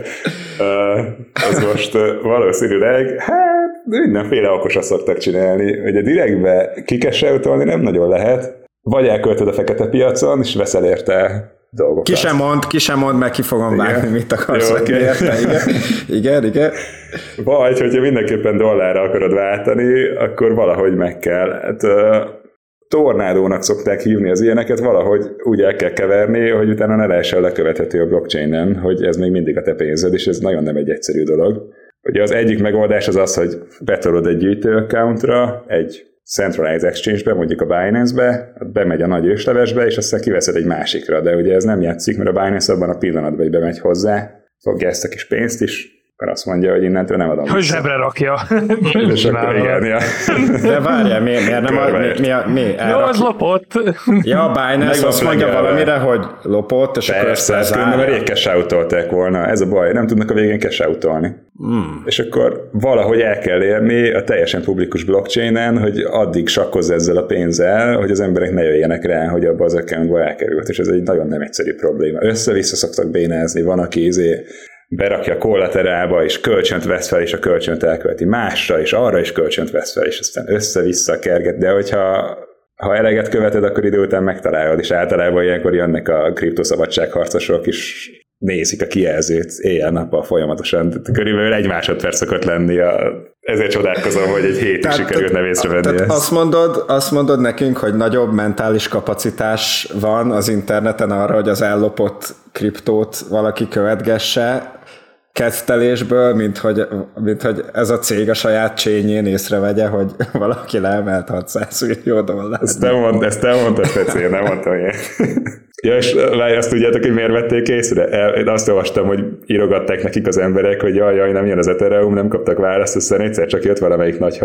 uh, az most uh, valószínűleg, hát mindenféle okosat szoktak csinálni, hogy a direktbe kikesseltolni nem nagyon lehet, vagy elköltöd a fekete piacon, és veszel érte dolgokat. Ki sem mond, ki sem mond, meg ki fogom vágni, mit akarsz Jó, venni okay. érte, igen. igen, igen. Vagy, hogyha mindenképpen dollárra akarod váltani, akkor valahogy meg kell. Hát, uh, tornádónak szokták hívni az ilyeneket, valahogy úgy el kell keverni, hogy utána ne lehessen lekövethető a blockchainen, hogy ez még mindig a te pénzed, és ez nagyon nem egy egyszerű dolog. Ugye az egyik megoldás az az, hogy betolod egy gyűjtő accountra, egy centralized exchange-be, mondjuk a Binance-be, bemegy a nagy őslevesbe, és aztán kiveszed egy másikra, de ugye ez nem játszik, mert a Binance abban a pillanatban, hogy bemegy hozzá, fogja ezt a kis pénzt is, akkor azt mondja, hogy innentől nem adom. Hogy zsebre rakja. És akkor igen, ja. De várjál, mi, miért nem a, mi, mi, a, mi Jó, az lopott. Ja, a Binance azt mondja valamire, hogy lopott, és akkor ezt lezárja. Mert rég cash-outolták volna, ez a baj, nem tudnak a végén cash-outolni. Hmm. És akkor valahogy el kell érni a teljesen publikus blockchainen, hogy addig sakkozz ezzel a pénzzel, hogy az emberek ne jöjjenek rá, hogy abba az accountba elkerült, és ez egy nagyon nem egyszerű probléma. Össze-vissza szoktak bénázni, van, aki izé berakja a kollaterálba, és kölcsönt vesz fel, és a kölcsönt elkölti másra, és arra is kölcsönt vesz fel, és aztán össze-vissza kerget, de hogyha ha eleget követed, akkor idő után megtalálod, és általában ilyenkor jönnek a kriptoszabadságharcosok is, nézik a kijelzőt éjjel-nappal folyamatosan. Körülbelül egy másodperc szokott lenni. A... Ezért csodálkozom, hogy egy hétig tehát, sikerült nem észrevenni ezt. Azt mondod, azt mondod nekünk, hogy nagyobb mentális kapacitás van az interneten arra, hogy az ellopott kriptót valaki követgesse kezdtelésből, mint hogy, mint hogy ez a cég a saját chainjén észrevegye, hogy valaki leemelt hatszáz millió dollár. Ezt nem mondta, ezt nem mondta speciál, nem mondtam ilyen. Ja, és várj, azt tudjátok, hogy miért vették észre? Én azt olvastam, hogy írogatták nekik az emberek, hogy jaj, jaj, nem jön az Ethereum, nem kaptak választ, aztán egyszer csak jött valamelyik nagyhal,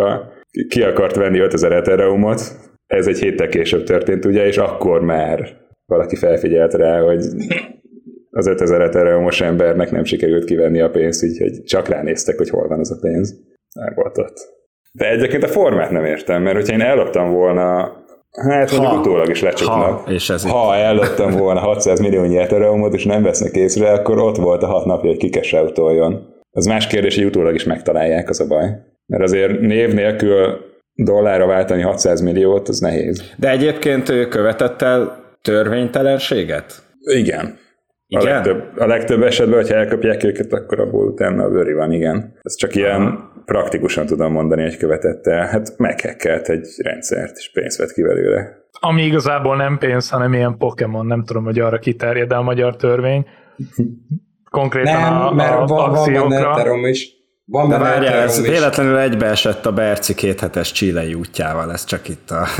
ki akart venni ötezer Ethereumot, ez egy héttel később történt, ugye, és akkor már valaki felfigyelt rá, hogy az ötezer Ethereumos embernek nem sikerült kivenni a pénzt, úgyhogy csak ránéztek, hogy hol van az a pénz. Már volt ott. De egyébként a formát nem értem, mert hogyha én elloptam volna, hát mondjuk utólag is lecsuknak. Ha, és ez ha elloptam volna hatszáz milliónyi Ethereumot, és nem vesznek észre, akkor ott volt a hat napja, hogy kikesse utoljon. Az más kérdés, hogy utólag is megtalálják, az a baj. Mert azért név nélkül dollárra váltani hatszáz milliót, az nehéz. De egyébként ő követett el törvénytelenséget? Igen. Igen? A legtöbb, a legtöbb esetben, hogyha elkapják őket, akkor abból utána a vöri van, igen. Ez csak ilyen Aha. praktikusan tudom mondani, hogy követett el. Hát meghekkelt egy rendszert, és pénzt vett ki belőle. Ami igazából nem pénz, hanem ilyen Pokémon, nem tudom, hogy arra kiterjed a magyar törvény. Konkrétan nem, a, mert a van, akciókra. Van is. Van de várjál, ez véletlenül egybeesett a Berci kéthetes chilei útjával, ez csak itt a...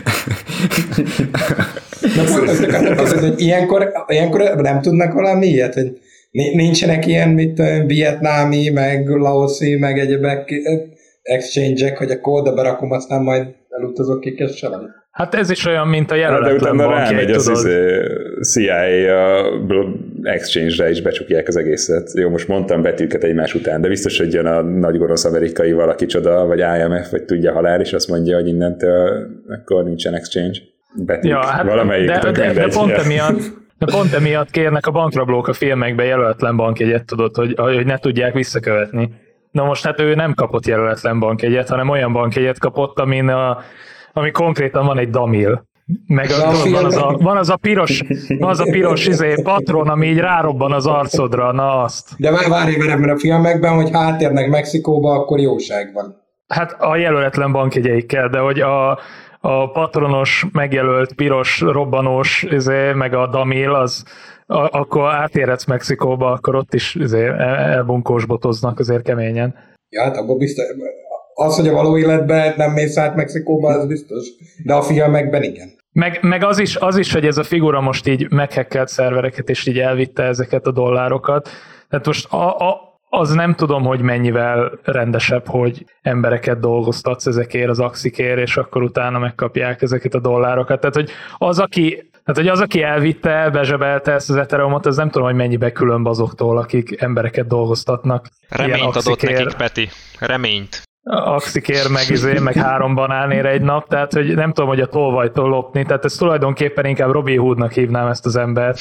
Na, pont azt hogy ilyenkor, ilyenkor nem tudnak valami ilyet, hogy nincsenek ilyen, mit vietnámi, meg laoszi, meg egyebek exchange-ek, hogy akkor oda berakom, aztán majd elutazok kikesselem. Hát ez is olyan, mint a jelöletlen bankjegy, tudod. Az C I A a exchange-re is becsukják az egészet. Jó, most mondtam betűket egymás után, de biztos, hogy jön a nagy gonosz amerikai valaki csoda, vagy I M F, vagy tudja halál, és azt mondja, hogy innentől akkor nincsen exchange. Betűk. Ja, hát valamelyik de, de, de, pont emiatt, de pont emiatt kérnek a bankrablók a filmekben jelöletlen bankjegyet, tudod, hogy, hogy ne tudják visszakövetni. Na most hát ő nem kapott jelöletlen bankjegyet, hanem olyan bankjegyet kapott, amin a ami konkrétan van egy damil. Meg a, van, az a, van az a piros, van az a piros izé, patron, ami így rárobban az arcodra, na azt. De már várj velem, mert a filmekben, hogy hátérnek Mexikóba, akkor jóság van. Hát a jelöletlen bankjegyeikkel, de hogy a, a patronos, megjelölt, piros, robbanós, izé, meg a damil, az a, akkor átérhetsz Mexikóba, akkor ott is izé, elbunkósbotoznak azért keményen. Ja, hát abban biztos... Az, hogy a való életben nem mész át Mexikóba, az biztos. De a filmekben igen. Meg, meg az, is, az is, hogy ez a figura most így meghekkelt szervereket, és így elvitte ezeket a dollárokat. Tehát most a, a, az nem tudom, hogy mennyivel rendesebb, hogy embereket dolgoztatsz ezekért az axikért, és akkor utána megkapják ezeket a dollárokat. Tehát, hogy az, aki, tehát, hogy az, aki elvitte, bezsebelte ezt az Ethereumot, az nem tudom, hogy mennyibe különb azoktól, akik embereket dolgoztatnak. Reményt adott nekik, Peti. Reményt. Axikér, meg izé, meg három banánér egy nap, tehát hogy nem tudom, hogy a tolvajtól lopni, tehát ez tulajdonképpen inkább Robin Hoodnak hívnám ezt az embert.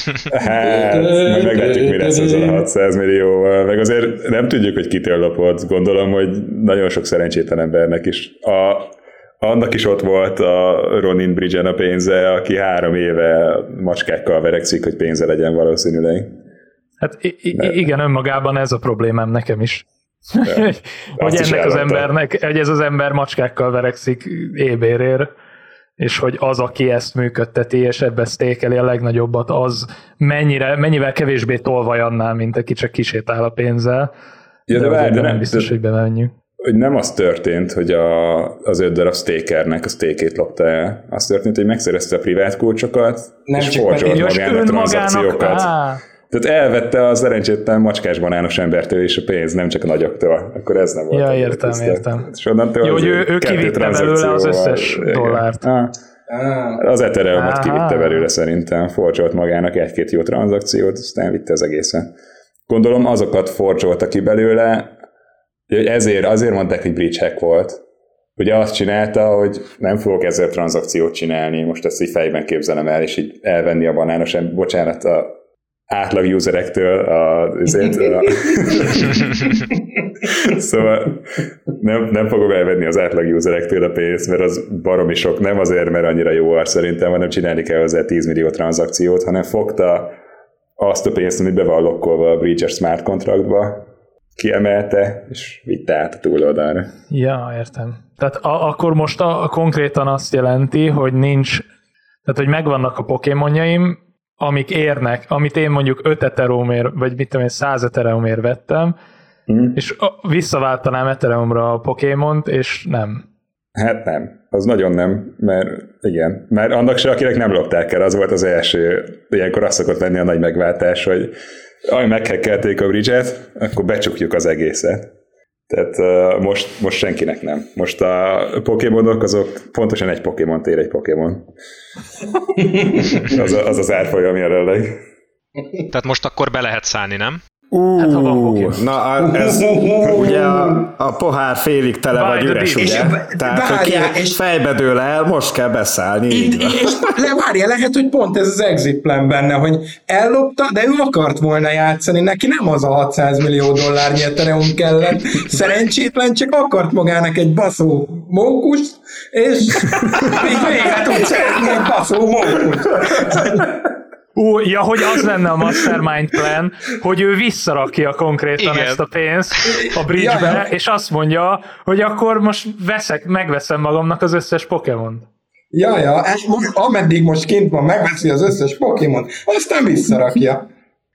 Hát, majd meglátjuk, mi lesz ezzel a hatszáz millióval, meg azért nem tudjuk, hogy kitől lopott, gondolom, hogy nagyon sok szerencsétlen embernek is. A, annak is ott volt a Ronin Bridge-en a pénze, aki három éve macskákkal verekszik, hogy pénze legyen valószínűleg. Hát i- igen, önmagában ez a problémám nekem is. Ja. hogy ennek az embernek, hogy ez az ember macskákkal verekszik ébérért, és hogy az, aki ezt működteti, és ebbe sztékeli a legnagyobbat, az mennyire, mennyivel kevésbé tolvaj annál, mint aki csak kisétál a pénzzel. Ja, de, de, várj, de nem biztos, de, hogy bemenjünk. Hogy nem az történt, hogy a, az öt darab stakernek a stékét lopta el. Az történt, hogy megszerezte a privát kulcsokat, nem és forcsolt magának tranzakciókat. Á. Tehát elvette a szerencsétlen macskás banános embertől is a pénz, nem csak a nagyoktól. Akkor ez nem volt. Ja, értem, értem. Jó, hogy ő, ő kivitte belőle az összes dollárt. Ah, az Ethereumot kivitte belőle szerintem. Forcsolt magának egy-két jó tranzakciót, aztán vitte az egészen. Gondolom azokat forcsolta ki belőle, hogy ezért, azért mondták, hogy bridge hack volt. Ugye azt csinálta, hogy nem fogok ezzel tranzakciót csinálni, most ezt így fejben képzelem el, és így elvenni a banános, bocsánat, a átlag userektől a, azért, a szóval nem, nem fogom elvenni az átlag userektől a pénzt, mert az baromi sok, nem azért, mert annyira jó arc szerintem, hanem csinálni kell hozzá tíz millió tranzakciót, hanem fogta azt a pénzt, amit be van lokkolva a Breacher Smart Contractba, kiemelte, és vitte át a túloldalra. Ja, értem. Tehát a, akkor most a, a konkrétan azt jelenti, hogy nincs, tehát hogy megvannak a Pokémonjaim, amik érnek, amit én mondjuk öt ethereumért, vagy mit tudom én, száz ethereumért vettem, hmm. és visszaváltanám Ethereumra a Pokémont, és nem. Hát nem. Az nagyon nem, mert igen. Mert annak se, akinek nem lopták el, az volt az első, ilyenkor azt szokott lenni a nagy megváltás, hogy ahogy meghekkelték a bridge-et, akkor becsukjuk az egészet. Tehát uh, most, most senkinek nem. Most a Pokémonok azok pontosan egy Pokémon ér egy Pokémon. az, a, az az árfolyam jelenleg. Tehát most akkor be lehet szállni, nem? Uh, hát, ha van Pokémon. Na, ez ugye a, a pohár félig tele By vagy üres, ugye? Tehát, várjál, hogy és- fejbe dől el, most kell beszállni. Itt, így van. és levárja, lehet, hogy pont ez az exit plan benne, hogy ellopta, de ő akart volna játszani, neki nem az a hatszáz millió dollárnyi Ethereum kellett, szerencsétlen csak akart magának egy baszó mókust, és így végre tud szerezni egy baszó mókust. Ú, ja, hogy az lenne a mastermind plan, hogy ő visszarakja konkrétan Igen. ezt a pénzt a bridge-be, Ja, ja. és azt mondja, hogy akkor most veszek, megveszem magamnak az összes Pokémont. Ja, ja, ez most, ameddig most kint van, megveszi az összes Pokémon, aztán visszarakja.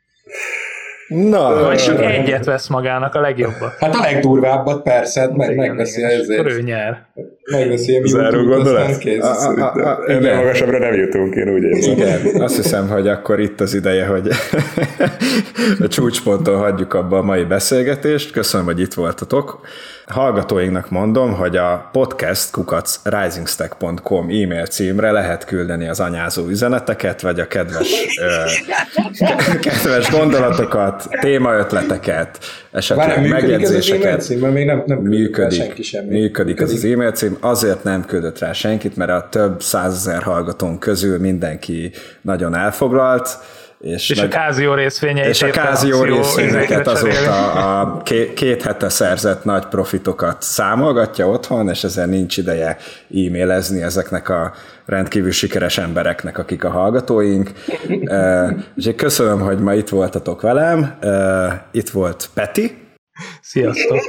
Na, Vagy csak egyet vesz magának, a legjobbat. Hát a legdurvábbat persze, hát meg, megveszi Akkor ezért. ő nyer. Megveszi a Záró Mewtwo-t, gondolat? aztán kész. A- a- a- a- Ennél igen. magasabbra nem jutunk, én úgy érzem. Igen, azt hiszem, hogy akkor itt az ideje, hogy a csúcsponton hagyjuk abba a mai beszélgetést. Köszönöm, hogy itt voltatok. Hallgatóinknak mondom, hogy a podcast kukac rising stack pont com e-mail címre lehet küldeni az anyázó üzeneteket, vagy a kedves, ö, kedves gondolatokat, témaötleteket, esetleg Várjál, működik ez az e-mail megjegyzéseket. cím? Mert még nem, nem küldött rá Működik, senki semmi. működik ez az e-mail cím, azért nem küldött rá senkit, mert a több százezer hallgatónk közül mindenki nagyon elfoglalt, és, És nagy, a Kázió részvényeit és a éppen Kázió akció részvényeket izékre azóta cserélni. a két, két hete szerzett nagy profitokat számolgatja otthon, és ezzel nincs ideje e-mailezni ezeknek a rendkívül sikeres embereknek, akik a hallgatóink. Uh, úgyhogy köszönöm, hogy ma itt voltatok velem. Uh, itt volt Peti. Sziasztok!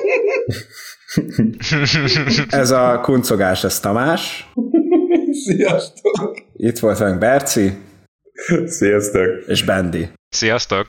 Ez a kuncogás, ez Tamás. Sziasztok! Itt volt velünk Berci Sziasztok! és Bendi. Sziasztok!